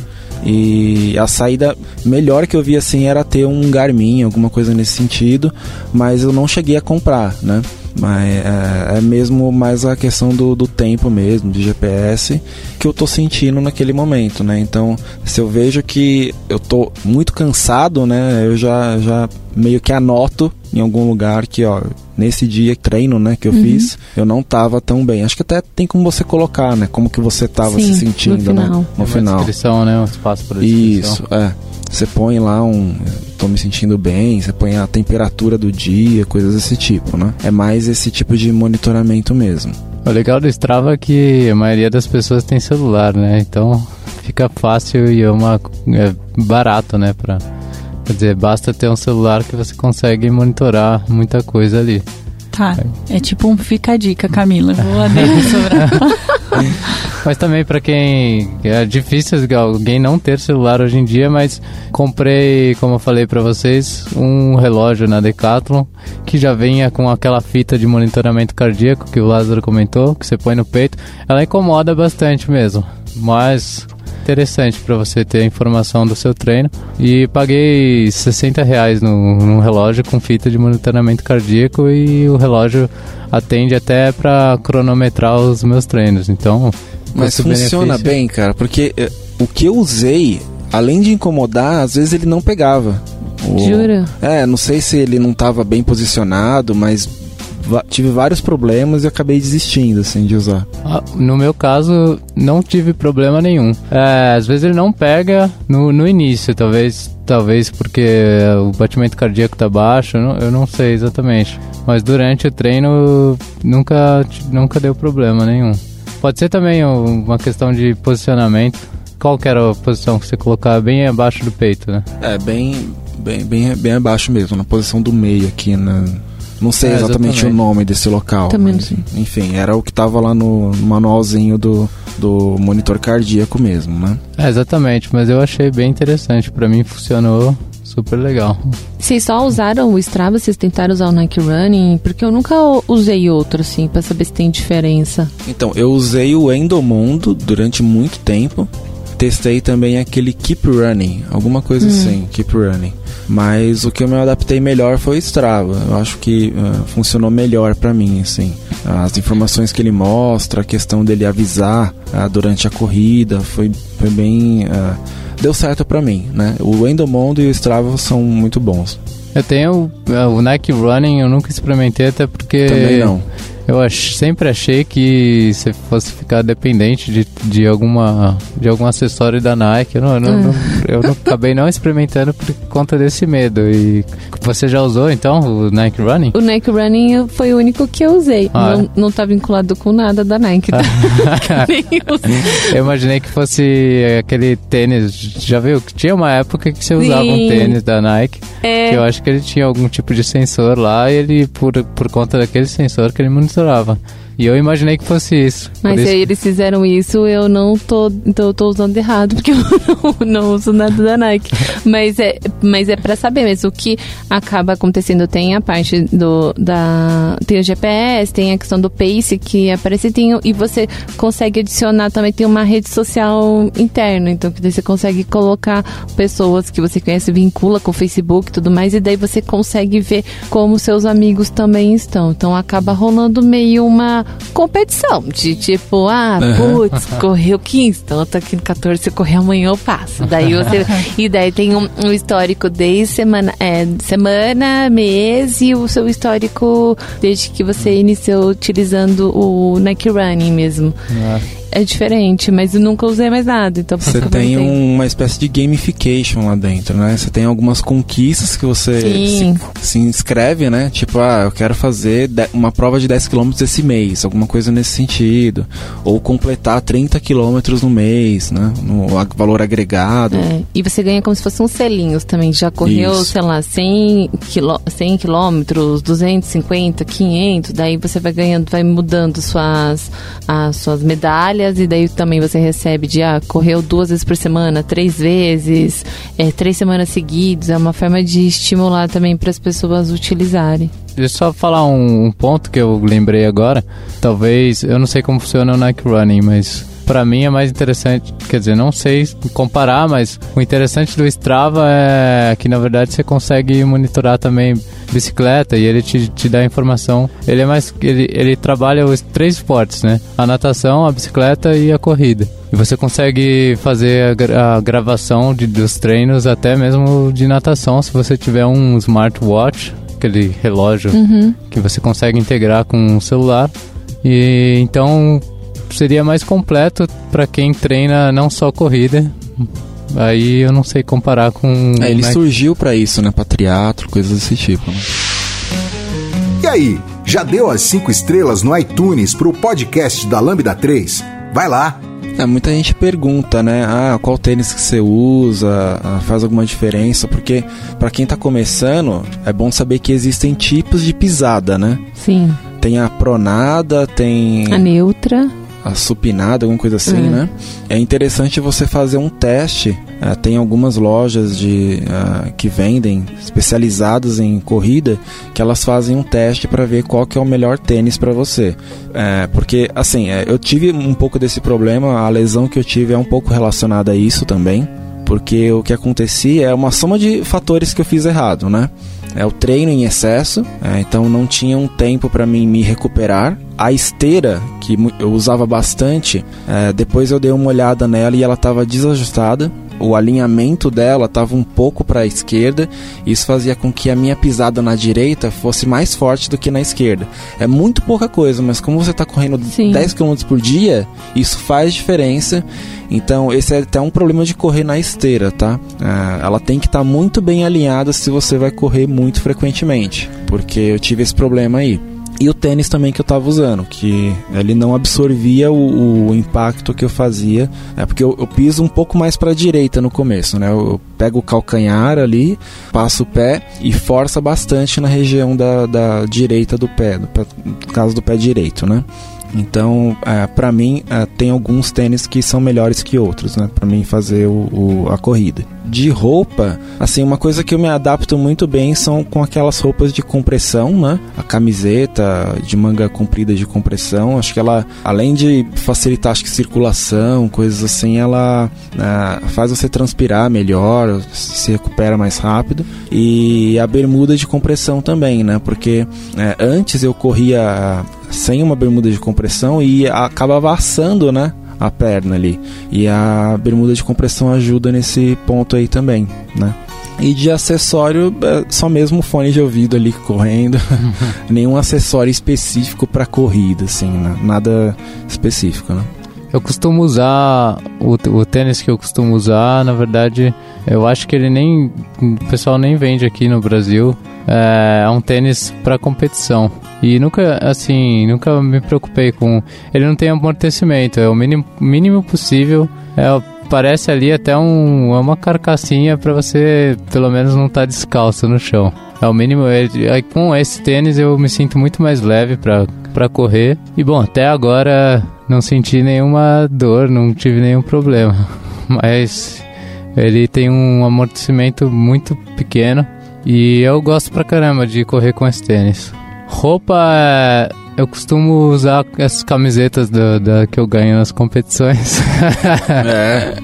E a saída melhor que eu vi assim era ter um Garmin, alguma coisa nesse sentido, mas eu não cheguei a comprar, né? Mas é, é mesmo mais a questão do, do tempo mesmo, de G P S, que eu tô sentindo naquele momento, né? Então, se eu vejo que eu tô muito cansado, né? Eu já, já meio que anoto em algum lugar que, ó, nesse dia treino, né, que eu uhum. fiz, eu não tava tão bem. Acho que até tem como você colocar, né? Como que você tava Sim, se sentindo, no final. né? No Uma final. descrição, né? Um espaço para descrição. Isso, é. Você põe lá um... tô me sentindo bem, você põe a temperatura do dia, coisas desse tipo, né? É mais esse tipo de monitoramento mesmo. O legal do Strava é que a maioria das pessoas tem celular, né? Então fica fácil e é, uma, é barato, né? Pra, quer dizer, basta ter um celular que você consegue monitorar muita coisa ali. Tá, é tipo um fica a dica, Camila. Vou aderir sobre. Mas também para quem... É difícil alguém não ter celular hoje em dia, mas comprei, como eu falei para vocês, um relógio na Decathlon que já vinha com aquela fita de monitoramento cardíaco que o Lázaro comentou, que você põe no peito. Ela incomoda bastante mesmo, mas... interessante para você ter a informação do seu treino. E paguei sessenta reais no, no relógio com fita de monitoramento cardíaco e o relógio atende até para cronometrar os meus treinos. Então, mas funciona bem, cara, porque eh, o que eu usei, além de incomodar, às vezes ele não pegava. O... Jura? É, não sei se ele não estava bem posicionado, mas tive vários problemas e acabei desistindo, assim, de usar. Ah, no meu caso, não tive problema nenhum. É, às vezes ele não pega no, no início, talvez, talvez porque o batimento cardíaco tá baixo, eu não, eu não sei exatamente. Mas durante o treino, nunca, nunca deu problema nenhum. Pode ser também uma questão de posicionamento. Qual que era a posição que você colocava? Bem abaixo do peito, né? É, bem, bem, bem, bem abaixo mesmo, na posição do meio aqui, na... Não sei é, exatamente, exatamente o nome desse local. Também mas, não sei. Enfim, era o que estava lá no, no manualzinho do, do monitor cardíaco mesmo, né? É, exatamente, mas eu achei bem interessante. Pra mim funcionou super legal. Vocês só usaram o Strava? Vocês tentaram usar o Nike Running? Porque eu nunca usei outro, assim, pra saber se tem diferença. Então, eu usei o Endomondo durante muito tempo. Testei também aquele Keep Running, alguma coisa hum. assim, Keep Running. Mas o que eu me adaptei melhor foi o Strava. Eu acho que uh, funcionou melhor pra mim, assim. As informações que ele mostra, a questão dele avisar uh, durante a corrida, foi, foi bem... Uh, deu certo pra mim, né? O Endomondo e o Strava são muito bons. Eu tenho o Nike Running, eu nunca experimentei, até porque... Também não. Eu ach, sempre achei que você fosse ficar dependente de, de, alguma, de algum acessório da Nike. Eu não, eu, não, não, eu não, acabei não experimentando por conta desse medo. E você já usou, então, o Nike Running? O Nike Running foi o único que eu usei. Ah, não, é? Não tá vinculado com nada da Nike. Tá? Eu imaginei que fosse aquele tênis. Já viu? Tinha uma época que você usava Sim. um tênis da Nike. É. Que eu acho que ele tinha algum tipo de sensor lá. E ele, por, por conta daquele sensor que ele monitorava. E eu imaginei que fosse isso. Mas se eles fizeram isso, eu não tô, então eu tô usando errado, porque eu não, não uso nada da Nike. mas, é, mas é pra saber mesmo o que acaba acontecendo. Tem a parte do da, tem o G P S, tem a questão do Pace que aparece, tem, e você consegue adicionar também, tem uma rede social interna, então que daí você consegue colocar pessoas que você conhece, vincula com o Facebook e tudo mais, e daí você consegue ver como seus amigos também estão. Então acaba rolando meio uma competição de tipo, ah, putz, correu quinze, então eu tô aqui no catorze, se eu correr amanhã eu passo. Daí você, e daí tem um, um histórico desde semana, é, semana, mês, e o seu histórico desde que você iniciou utilizando o Nike Running mesmo. É. É diferente, mas eu nunca usei mais nada. Então você tem uma espécie de gamification lá dentro, né? Você tem algumas conquistas que você se, se inscreve, né? Tipo, ah, eu quero fazer uma prova de dez quilômetros esse mês, alguma coisa nesse sentido. Ou completar trinta quilômetros no mês, né? No valor agregado. É, e você ganha como se fossem uns selinhos também. Já correu, Isso. sei lá, cem quilômetros, duzentos e cinquenta, quinhentos. Daí você vai ganhando, vai mudando suas, as suas medalhas. E daí também você recebe de, ah, correu duas vezes por semana, três vezes, é, três semanas seguidas. É uma forma de estimular também para as pessoas utilizarem. Deixa eu só falar um, um ponto que eu lembrei agora. Talvez, eu não sei como funciona o Nike Running, mas pra mim é mais interessante, quer dizer, não sei comparar, mas o interessante do Strava é que na verdade você consegue monitorar também bicicleta e ele te, te dá informação. Ele é mais, ele, ele trabalha os três esportes, né? A natação, a bicicleta e a corrida. E você consegue fazer a, gra- a gravação de, dos treinos até mesmo de natação, se você tiver um smartwatch, aquele relógio uhum. que você consegue integrar com o celular. E então seria mais completo para quem treina não só corrida, aí eu não sei comparar com... É, ele né? surgiu pra isso, né? Pra triatlo, coisas desse tipo, né? E aí, já deu as cinco estrelas no iTunes pro podcast da Lambda três? Vai lá! É, muita gente pergunta, né? Ah, qual tênis que você usa? Ah, faz alguma diferença? Porque pra quem tá começando, é bom saber que existem tipos de pisada, né? Sim. Tem a pronada, tem... A neutra. A supinada, alguma coisa assim, é. né? É interessante você fazer um teste. Uh, tem algumas lojas de, uh, que vendem, especializadas em corrida, que elas fazem um teste para ver qual que é o melhor tênis para você. Uh, porque, assim, uh, eu tive um pouco desse problema, a lesão que eu tive é um pouco relacionada a isso também. Porque o que acontecia é uma soma de fatores que eu fiz errado, né? É o treino em excesso, é, então não tinha um tempo para mim me recuperar. A esteira, que eu usava bastante, é, depois eu dei uma olhada nela e ela estava desajustada. O alinhamento dela estava um pouco para a esquerda. Isso fazia com que a minha pisada na direita fosse mais forte do que na esquerda. É muito pouca coisa, mas como você está correndo Sim. dez quilômetros por dia, isso faz diferença. Então esse é até um problema de correr na esteira, tá? É, ela tem que estar tá muito bem alinhada se você vai correr muito frequentemente, porque eu tive esse problema aí. E o tênis também que eu estava usando, que ele não absorvia o, o impacto que eu fazia, é porque eu, eu piso um pouco mais para a direita no começo, né? Eu, eu pego o calcanhar ali, passo o pé e força bastante na região da, da direita do pé, do pé, no caso do pé direito, né? Então, é, para mim, é, tem alguns tênis que são melhores que outros, né? Para mim fazer o, o, a corrida. De roupa, assim, uma coisa que eu me adapto muito bem são com aquelas roupas de compressão, né? A camiseta de manga comprida de compressão, acho que ela, além de facilitar, acho que circulação, coisas assim, ela é, faz você transpirar melhor, se recupera mais rápido. E a bermuda de compressão também, né? Porque é, antes eu corria sem uma bermuda de compressão e acabava assando, né, a perna ali. E a bermuda de compressão ajuda nesse ponto aí também, né? E de acessório, só mesmo fone de ouvido ali correndo. Nenhum acessório específico para corrida, assim, né? Nada específico, né? Eu costumo usar o, o tênis que eu costumo usar, na verdade, eu acho que ele nem, o pessoal nem vende aqui no Brasil. É, é um tênis para competição. E nunca, assim, nunca me preocupei com... Ele não tem amortecimento, é o mínimo, mínimo possível. É, parece ali até um, uma carcassinha para você, pelo menos, não estar descalço no chão. É o mínimo. Ele, com esse tênis eu me sinto muito mais leve para para correr. E bom, até agora não senti nenhuma dor, não tive nenhum problema. Mas ele tem um amortecimento muito pequeno. E eu gosto pra caramba de correr com esse tênis. Roupa, eu costumo usar essas camisetas do, da, que eu ganho nas competições. É.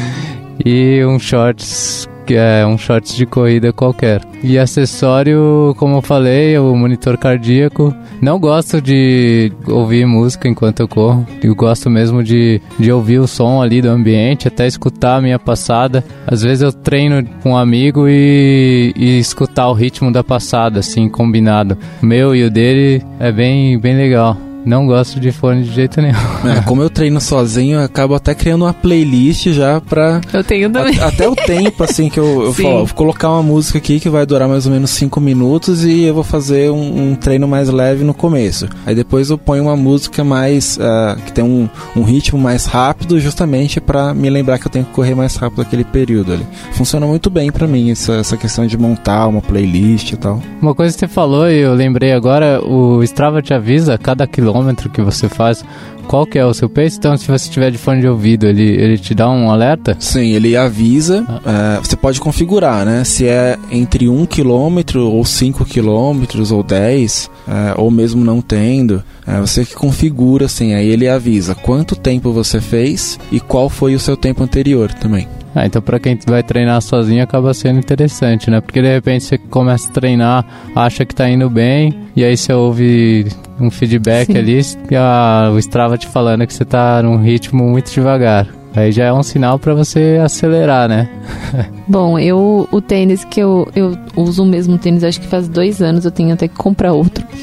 E um shorts, que é um shorts de corrida qualquer. E acessório, como eu falei, o monitor cardíaco. Não gosto de ouvir música enquanto eu corro. Eu gosto mesmo de, de ouvir o som ali do ambiente, até escutar a minha passada. Às vezes eu treino com um amigo e, e escutar o ritmo da passada, assim, combinado. O meu e o dele é bem, bem legal. Não gosto de fone de jeito nenhum. É, como eu treino sozinho, eu acabo até criando uma playlist já pra... Eu tenho também. A, até o tempo, assim, que eu, eu falo, vou colocar uma música aqui que vai durar mais ou menos cinco minutos e eu vou fazer um, um treino mais leve no começo. Aí depois eu ponho uma música mais... Uh, que tem um, um ritmo mais rápido, justamente pra me lembrar que eu tenho que correr mais rápido naquele período ali. Funciona muito bem pra mim, essa, essa questão de montar uma playlist e tal. Uma coisa que você falou e eu lembrei agora, o Strava te avisa cada quilômetro que você faz, qual que é o seu pace? Então, se você tiver de fone de ouvido, ele, ele te dá um alerta? Sim, ele avisa. Ah. É, você pode configurar, né? Se é entre um quilômetro ou cinco quilômetros ou dez, é, ou mesmo não tendo, é você que configura, assim, aí ele avisa quanto tempo você fez e qual foi o seu tempo anterior também. Ah, então pra quem vai treinar sozinho acaba sendo interessante, né? Porque de repente você começa a treinar, acha que tá indo bem, e aí você ouve um feedback Sim. ali, e a, o Strava te falando que você tá num ritmo muito devagar. Aí já é um sinal pra você acelerar, né? Bom, eu o tênis que eu, eu uso o mesmo tênis, acho que faz dois anos, eu tenho até que comprar outro.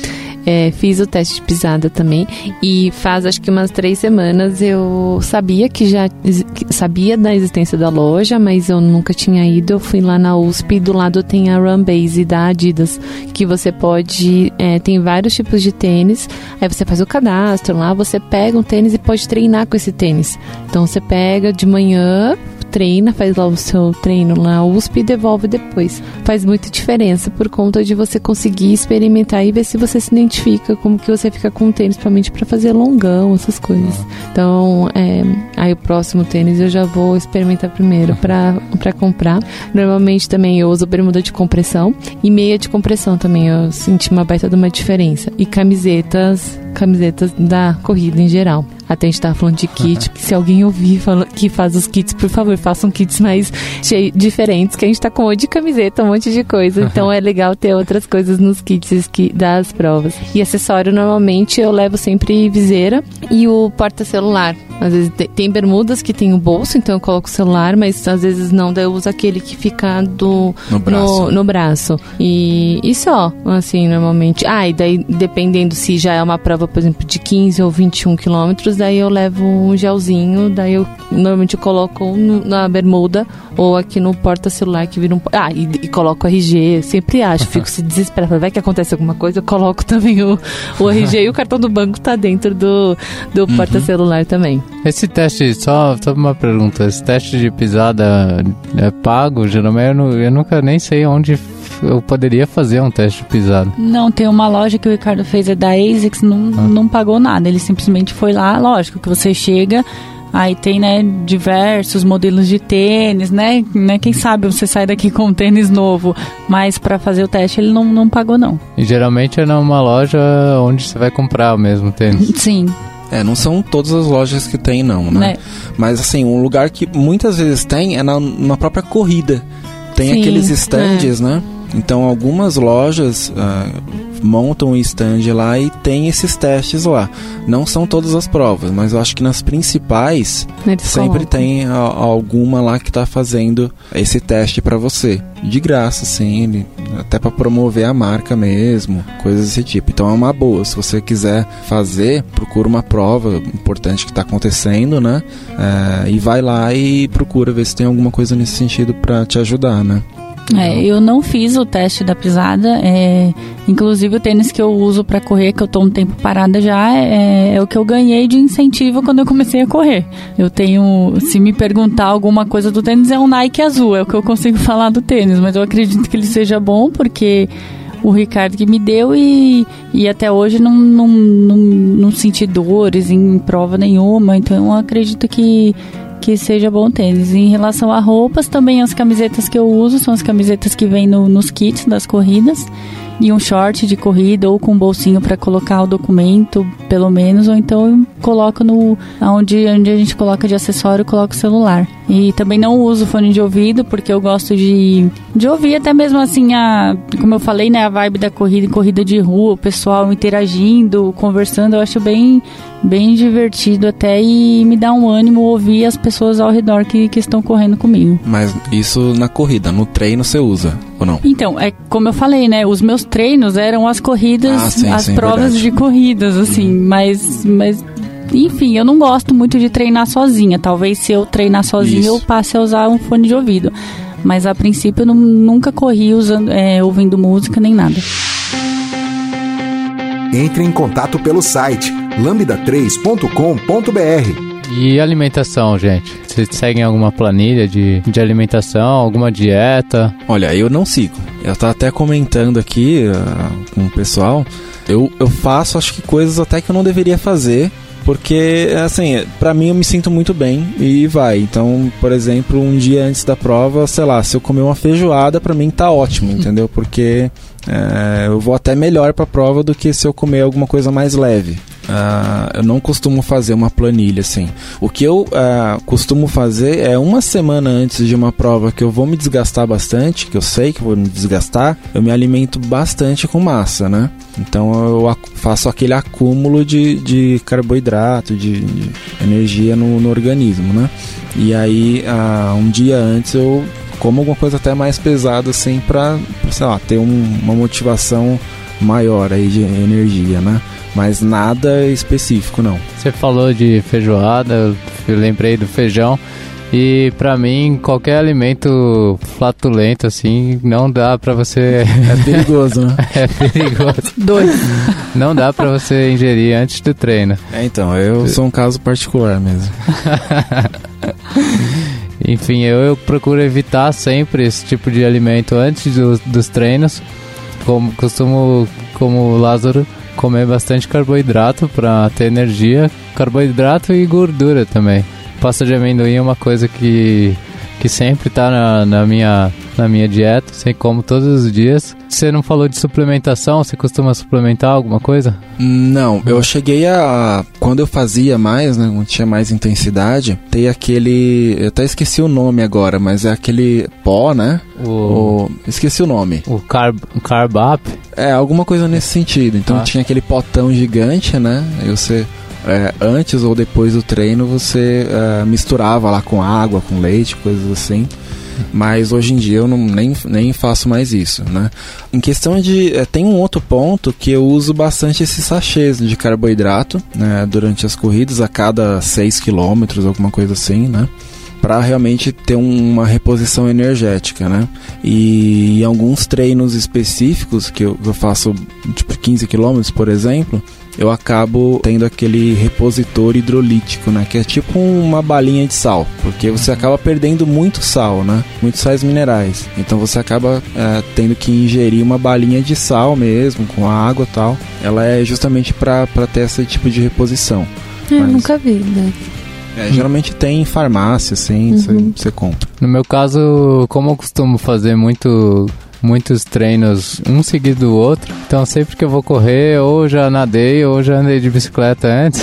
É, fiz o teste de pisada também e faz acho que umas três semanas eu sabia que já que sabia da existência da loja, mas eu nunca tinha ido. Eu fui lá na U S P e do lado tem a Run Base da Adidas, que você pode, é, tem vários tipos de tênis, aí você faz o cadastro lá, você pega um tênis e pode treinar com esse tênis. Então você pega de manhã, treina, faz lá o seu treino na U S P e devolve depois. Faz muita diferença por conta de você conseguir experimentar e ver se você se identifica, como que você fica com o tênis, principalmente para fazer longão, essas coisas. Então, é, aí o próximo tênis eu já vou experimentar primeiro para para comprar. Normalmente também eu uso bermuda de compressão e meia de compressão também, eu senti uma baita de uma diferença. E camisetas, camisetas da corrida em geral. Até a gente tava falando de kit, que se alguém ouvir fala, que faz os kits, por favor, façam kits mais cheios, diferentes, que a gente tá com um monte de camiseta, um monte de coisa. Então é legal ter outras coisas nos kits que, das provas. E acessório, normalmente, eu levo sempre viseira e o porta-celular. Às vezes tem bermudas que tem o bolso, então eu coloco o celular, mas às vezes não, daí eu uso aquele que fica do, no braço. No, no braço. E, e só, assim, normalmente. Ah, e daí dependendo se já é uma prova, por exemplo, de quinze ou vinte e um quilômetros, daí eu levo um gelzinho, daí eu normalmente eu coloco no, na bermuda ou aqui no porta-celular que vira um... Ah, e, e coloco o R G, sempre acho, fico se desesperado, vai que acontece alguma coisa, eu coloco também o, o R G e o cartão do banco tá dentro do, do uhum. porta-celular também. Esse teste, só, só uma pergunta, esse teste de pisada é pago? Geralmente eu, não, eu nunca nem sei onde eu poderia fazer um teste de pisada. Não, tem uma loja que o Ricardo fez, é da ASICS, não, ah. não pagou nada, ele simplesmente foi lá, lógico que você chega... Aí tem, né, diversos modelos de tênis, né, né? Quem sabe você sai daqui com um tênis novo, mas para fazer o teste ele não, não pagou, não. E geralmente é numa loja onde você vai comprar o mesmo tênis. Sim. É, não são todas as lojas que tem, não, né? É. Mas, assim, um lugar que muitas vezes tem é na, na própria corrida. Tem Sim, aqueles stands, é. né? Então, algumas lojas uh, montam um stand lá e tem esses testes lá. Não são todas as provas, mas eu acho que nas principais Eles sempre colocam. tem a, alguma lá que está fazendo esse teste para você. De graça, sim, até para promover a marca mesmo, coisas desse tipo. Então é uma boa, se você quiser fazer, procura uma prova importante que está acontecendo, né? É, e vai lá e procura ver se tem alguma coisa nesse sentido para te ajudar, né? É, eu não fiz o teste da pisada, é, inclusive o tênis que eu uso para correr, que eu tô um tempo parada já, é, é o que eu ganhei de incentivo quando eu comecei a correr. Eu tenho, se me perguntar alguma coisa do tênis, é um Nike azul, é o que eu consigo falar do tênis, mas eu acredito que ele seja bom, porque o Ricardo que me deu e, e até hoje não, não, não, não senti dores em prova nenhuma, então eu acredito que que seja bom tênis. Em relação a roupas, também as camisetas que eu uso são as camisetas que vêm no, nos kits das corridas, e um short de corrida ou com um bolsinho para colocar o documento, pelo menos, ou então eu coloco no onde, onde a gente coloca de acessório, eu coloco o celular. E também não uso fone de ouvido, porque eu gosto de, de ouvir até mesmo assim, a, como eu falei, né, a vibe da corrida, corrida de rua, o pessoal interagindo, conversando, eu acho bem, bem divertido até, e me dá um ânimo ouvir as pessoas ao redor que, que estão correndo comigo. Mas isso na corrida, no treino você usa, ou não? Então, é como eu falei, né, os meus treinos eram as corridas, ah, sim, as sim, provas verdade. de corridas, assim, hum. mas... mas enfim, eu não gosto muito de treinar sozinha. Talvez se eu treinar sozinha Isso. eu passe a usar um fone de ouvido. Mas a princípio eu não, nunca corri usando, é, ouvindo música nem nada. Entre em contato pelo site lambda três ponto com ponto b r. E alimentação, gente? Vocês seguem alguma planilha de, de alimentação, alguma dieta? Olha, eu não sigo. Eu tava até comentando aqui uh, com o pessoal. Eu, eu faço, acho que coisas até que eu não deveria fazer. Porque, assim, pra mim eu me sinto muito bem e vai. Então, por exemplo, um dia antes da prova, sei lá, se eu comer uma feijoada, pra mim tá ótimo, entendeu? Porque é, eu vou até melhor pra prova do que se eu comer alguma coisa mais leve. Uh, eu não costumo fazer uma planilha, assim. O que eu uh, costumo fazer é uma semana antes de uma prova que eu vou me desgastar bastante, que eu sei que vou me desgastar, eu me alimento bastante com massa, né? Então eu faço aquele acúmulo de, de carboidrato, de, de energia no, no organismo, né? E aí, uh, um dia antes eu como alguma coisa até mais pesada, assim, pra, sei lá, ter um, uma motivação maior aí de energia, né? Mas nada específico, não. Você falou de feijoada, eu lembrei do feijão. E pra mim, qualquer alimento flatulento, assim, não dá pra você... É perigoso, né? É perigoso. Dois. Não dá pra você ingerir antes do treino. É, então, eu sou um caso particular mesmo. Enfim, eu, eu procuro evitar sempre esse tipo de alimento antes do, dos treinos. Como costumo, como o Lázaro, comer bastante carboidrato pra ter energia. Carboidrato e gordura também. Pasta de amendoim é uma coisa que, que sempre tá na, na, minha, na minha dieta, sei como todos os dias. Você não falou de suplementação, você costuma suplementar alguma coisa? Não, eu cheguei a... Quando eu fazia mais, né, quando tinha mais intensidade, tem aquele... Eu até esqueci o nome agora, mas é aquele pó, né? O... o esqueci o nome. O carb, carb up? É, alguma coisa nesse sentido. Então ah. tinha aquele potão gigante, né? Aí você... É, antes ou depois do treino você é, misturava lá com água, com leite, coisas assim. Mas hoje em dia eu não, nem, nem faço mais isso, né? Em questão de... É, tem um outro ponto que eu uso bastante esses sachês de carboidrato, né, durante as corridas, a cada seis quilômetros, alguma coisa assim, né? Para realmente ter um, uma reposição energética, né? E em alguns treinos específicos que eu, eu faço, tipo quinze quilômetros, por exemplo, eu acabo tendo aquele repositor hidrolítico, né? Que é tipo uma balinha de sal, porque você acaba perdendo muito sal, né? Muitos sais minerais. Então você acaba é, tendo que ingerir uma balinha de sal mesmo, com água e tal. Ela é justamente para ter esse tipo de reposição. Eu Mas... nunca vi, né? É, geralmente tem em farmácia, assim, uhum. você compra. No meu caso, como eu costumo fazer muito... muitos treinos, um seguido do outro. Então sempre que eu vou correr, ou já nadei, ou já andei de bicicleta antes,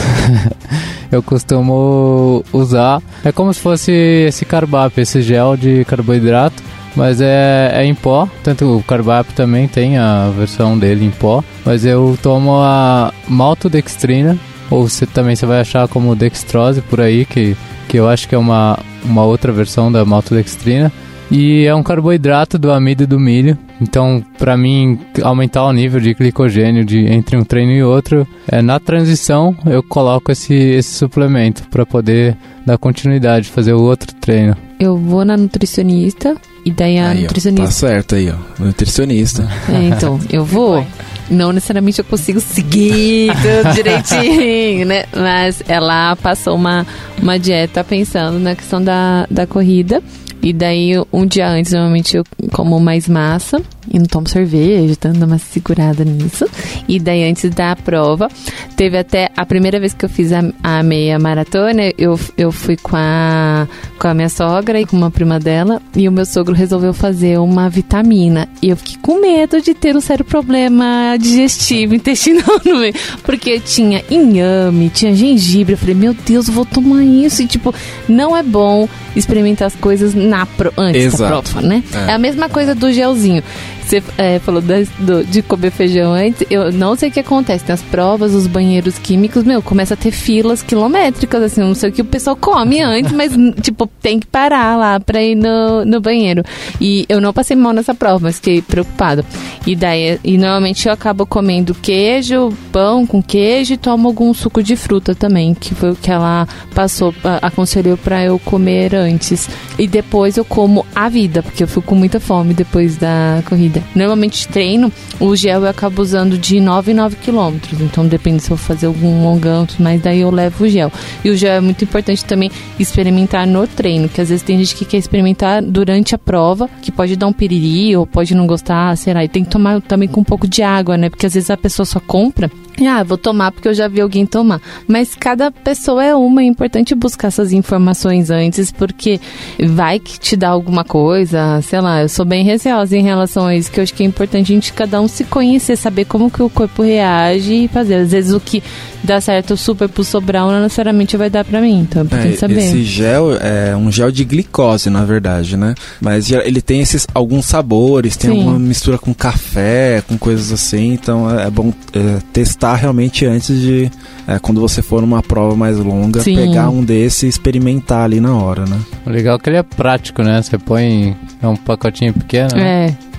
eu costumo usar. É como se fosse esse Carbap, esse gel de carboidrato, mas é, é em pó. Tanto o Carbap também tem a versão dele em pó, mas eu tomo a maltodextrina, ou você também você vai achar como dextrose por aí, que, que eu acho que é uma, uma outra versão da maltodextrina. E é um carboidrato do amido do milho. Então, para mim, aumentar o nível de glicogênio de, entre um treino e outro, é, na transição eu coloco esse, esse suplemento para poder dar continuidade, fazer o outro treino. Eu vou na nutricionista e daí a aí, nutricionista... Ó, tá certo aí, ó. Nutricionista. É, então, eu vou... Não necessariamente eu consigo seguir tudo direitinho, né? Mas ela passou uma, uma dieta pensando na questão da, da corrida. E daí, um dia antes, normalmente eu como mais massa e não tomo cerveja, tô dando uma segurada nisso. E daí, antes da prova, teve até a primeira vez que eu fiz a, a meia maratona, eu, eu fui com a, com a minha sogra e com uma prima dela, e o meu sogro resolveu fazer uma vitamina. E eu fiquei com medo de ter um sério problema digestivo, intestinal no meio, porque tinha inhame, tinha gengibre. Eu falei, meu Deus, eu vou tomar isso. E, tipo, não é bom experimentar as coisas na pro, antes Exato. da prova, né? É. é a mesma coisa do gelzinho. Você é, falou das, do, de comer feijão antes. Eu não sei o que acontece. Nas provas, os banheiros químicos, meu, começa a ter filas quilométricas, assim. Não sei o que o pessoal come antes, mas, tipo, tem que parar lá pra ir no, no banheiro. E eu não passei mal nessa prova, mas fiquei preocupada. E daí, e normalmente eu acabo comendo queijo, pão com queijo e tomo algum suco de fruta também, que foi o que ela passou, aconselhou pra eu comer antes. E depois eu como a vida, porque eu fico com muita fome depois da corrida. Normalmente treino, o gel eu acabo usando de nove em nove quilômetros, então depende se eu vou fazer algum longão, mas daí eu levo o gel. E o gel é muito importante também experimentar no treino, que às vezes tem gente que quer experimentar durante a prova, que pode dar um piriri ou pode não gostar, sei lá, e tem que tomar também com um pouco de água, né, porque às vezes a pessoa só compra e, ah, vou tomar porque eu já vi alguém tomar. Mas cada pessoa é uma, é importante buscar essas informações antes, porque vai que te dá alguma coisa, sei lá, eu sou bem receosa em relação a isso, que eu acho que é importante a gente, cada um se conhecer, saber como que o corpo reage e fazer. Às vezes o que dá certo super pro Sobral não necessariamente vai dar pra mim, então é importante é, saber. Esse gel é um gel de glicose, na verdade, né? Mas ele tem esses, alguns sabores, tem Sim. alguma mistura com café, com coisas assim, então é bom é, testar realmente antes de, é, quando você for numa prova mais longa, Sim. pegar um desse e experimentar ali na hora, né? O legal é que ele é prático, né? Você põe, é um pacotinho pequeno, né? É.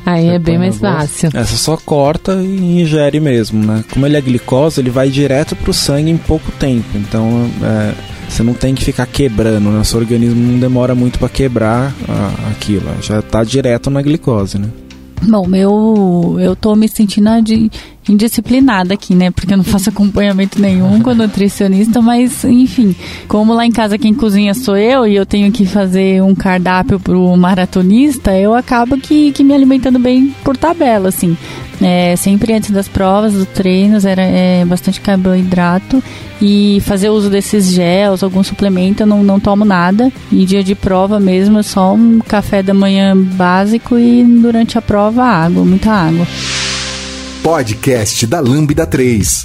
Aí é bem mais fácil. É, você só corta e ingere mesmo, né? Como ele é glicose, ele vai direto pro sangue em pouco tempo. Então, é, você não tem que ficar quebrando, né? O seu organismo não demora muito para quebrar a, aquilo. Já tá direto na glicose, né? Bom, eu, eu tô me sentindo de, indisciplinada aqui, né? Porque eu não faço acompanhamento nenhum com nutricionista, mas, enfim, como lá em casa quem cozinha sou eu e eu tenho que fazer um cardápio pro maratonista, eu acabo que, que me alimentando bem por tabela, assim. É, sempre antes das provas, dos treinos, era é, bastante carboidrato e fazer uso desses gels, algum suplemento, eu não, não tomo nada. Em dia de prova mesmo, é só um café da manhã básico e durante a prova água, muita água. Podcast da Lambda três.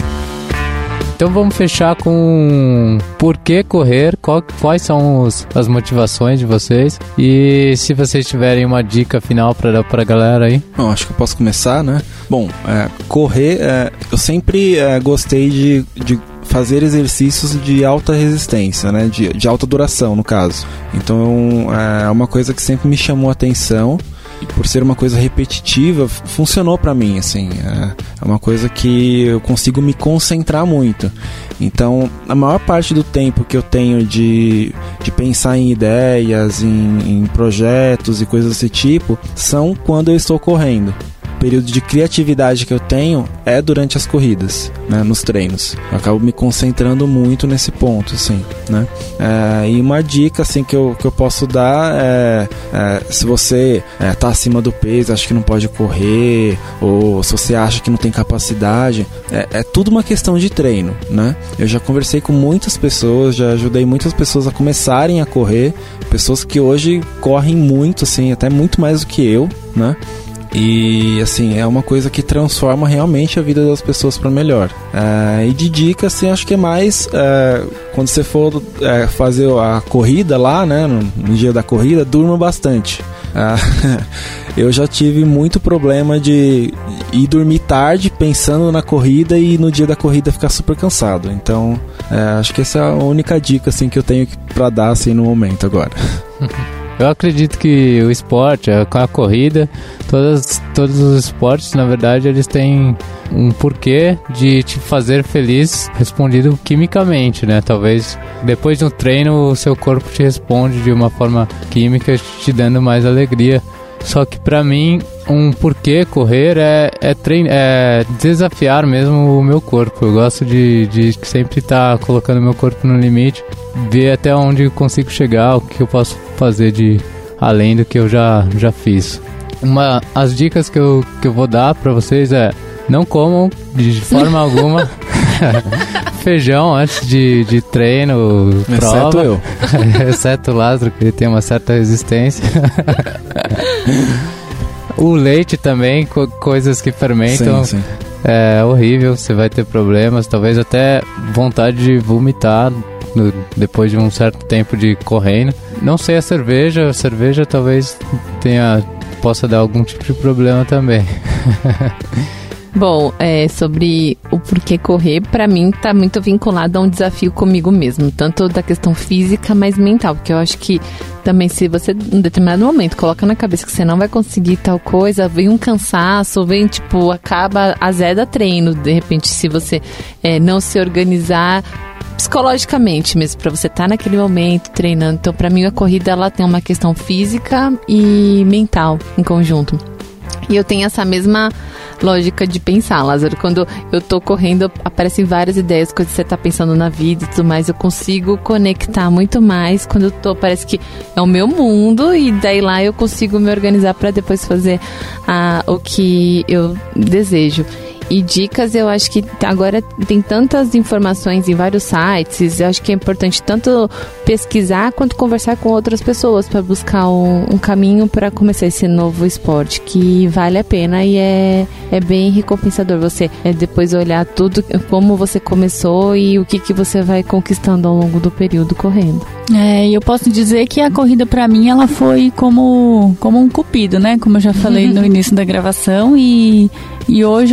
Então vamos fechar com por que correr, qual, quais são os, as motivações de vocês e se vocês tiverem uma dica final para dar para a galera aí. Bom, acho que eu posso começar, né? Bom, é, correr, é, eu sempre é, gostei de, de fazer exercícios de alta resistência, né? De, de alta duração, no caso. Então é uma coisa que sempre me chamou a atenção. E por ser uma coisa repetitiva, funcionou pra mim, assim, é uma coisa que eu consigo me concentrar muito. Então, a maior parte do tempo que eu tenho de, de pensar em ideias, em, em projetos e coisas desse tipo, são quando eu estou correndo. O período de criatividade que eu tenho é durante as corridas, né, nos treinos. Eu acabo me concentrando muito nesse ponto, assim, né? É, e uma dica, assim, que eu, que eu posso dar é, é se você é, tá acima do peso, acha que não pode correr, ou se você acha que não tem capacidade, é, é tudo uma questão de treino, né? Eu já conversei com muitas pessoas, já ajudei muitas pessoas a começarem a correr, pessoas que hoje correm muito, assim, até muito mais do que eu, né? E assim, é uma coisa que transforma realmente a vida das pessoas para melhor. É, e de dica, assim, acho que é mais é, quando você for é, fazer a corrida lá, né, no, no dia da corrida, durma bastante. É, eu já tive muito problema de ir dormir tarde pensando na corrida e no dia da corrida ficar super cansado. Então, é, acho que essa é a única dica, assim, que eu tenho para dar, assim, no momento agora. Eu acredito que o esporte, a, a corrida, todas, todos os esportes, na verdade, eles têm um porquê de te fazer feliz, respondido quimicamente, né? Talvez depois do treino o seu corpo te responde de uma forma química, te dando mais alegria. Só que pra mim, um porquê correr é, é, trein- é desafiar mesmo o meu corpo. Eu gosto de, de sempre estar tá colocando meu corpo no limite, ver até onde eu consigo chegar, o que eu posso fazer de além do que eu já, já fiz. Uma, as dicas que eu, que eu vou dar pra vocês é: não comam de forma alguma feijão antes de, de treino, prova. Exceto eu. Exceto o Lázaro, que ele tem uma certa resistência. O leite também, co- coisas que fermentam. Sim, sim. É horrível, você vai ter problemas, talvez até vontade de vomitar no, depois de um certo tempo de correndo. Não sei a cerveja, a cerveja talvez tenha, possa dar algum tipo de problema também. Bom, é, sobre o porquê correr, pra mim tá muito vinculado a um desafio comigo mesmo, tanto da questão física, mas mental, porque eu acho que também se você, em determinado momento, coloca na cabeça que você não vai conseguir tal coisa, vem um cansaço, vem, tipo, acaba azeda treino, de repente, se você é, não se organizar psicologicamente mesmo, pra você estar tá naquele momento treinando. Então, pra mim, a corrida, ela tem uma questão física e mental em conjunto. E eu tenho essa mesma lógica de pensar, Lázaro. Quando eu tô correndo, aparecem várias ideias, coisas que você tá pensando na vida e tudo mais. Eu consigo conectar muito mais quando eu tô, parece que é o meu mundo, e daí lá eu consigo me organizar para depois fazer ah, o que eu desejo. E dicas, eu acho que agora tem tantas informações em vários sites, eu acho que é importante tanto pesquisar quanto conversar com outras pessoas para buscar um, um caminho para começar esse novo esporte, que vale a pena e é, é bem recompensador você é, depois olhar tudo, como você começou e o que, que você vai conquistando ao longo do período correndo. É, eu posso dizer que a corrida pra mim, ela foi como, como um cupido, né? Como eu já falei no início da gravação, e, e hoje eu vejo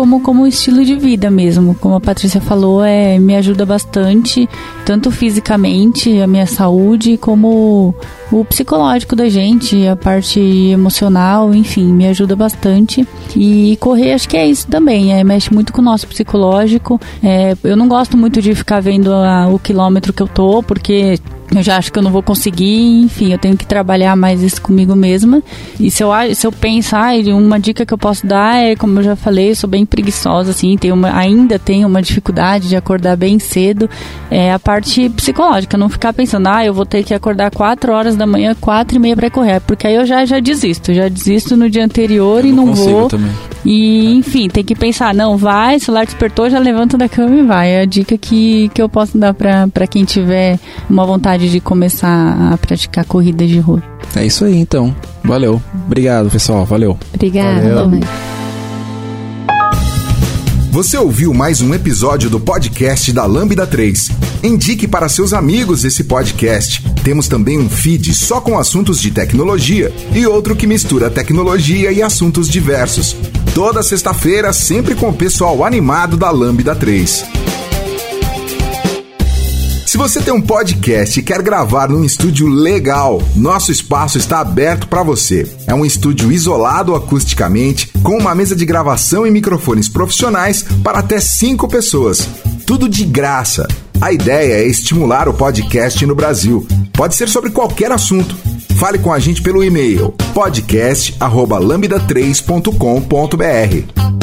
como, como estilo de vida mesmo. Como a Patrícia falou, é, me ajuda bastante, tanto fisicamente, a minha saúde, como o psicológico da gente, a parte emocional, enfim, me ajuda bastante. E correr, acho que é isso também, é, mexe muito com o nosso psicológico. É, eu não gosto muito de ficar vendo a, o quilômetro que eu tô, porque eu já acho que eu não vou conseguir, enfim, eu tenho que trabalhar mais isso comigo mesma. E se eu, se eu pensar, uma dica que eu posso dar é, como eu já falei, eu sou bem preguiçosa, assim, tenho uma, ainda tenho uma dificuldade de acordar bem cedo, é a parte psicológica, não ficar pensando, ah, eu vou ter que acordar quatro horas da manhã, quatro e meia pra correr, porque aí eu já, já desisto, já desisto no dia anterior e não, não vou. Também. E, enfim, tem que pensar, não, vai, celular despertou, já levanta da cama e vai. É a dica que, que eu posso dar pra, pra quem tiver uma vontade de começar a praticar corridas de rua. É isso aí, então. Valeu. Obrigado, pessoal. Valeu. Obrigada, mãe. Você ouviu mais um episódio do podcast da Lambda três. Indique para seus amigos esse podcast. Temos também um feed só com assuntos de tecnologia e outro que mistura tecnologia e assuntos diversos. Toda sexta-feira, sempre com o pessoal animado da Lambda três. Se você tem um podcast e quer gravar num estúdio legal, nosso espaço está aberto para você. É um estúdio isolado acusticamente, com uma mesa de gravação e microfones profissionais para até cinco pessoas. Tudo de graça. A ideia é estimular o podcast no Brasil. Pode ser sobre qualquer assunto. Fale com a gente pelo e-mail podcast arroba lambda três ponto com ponto br.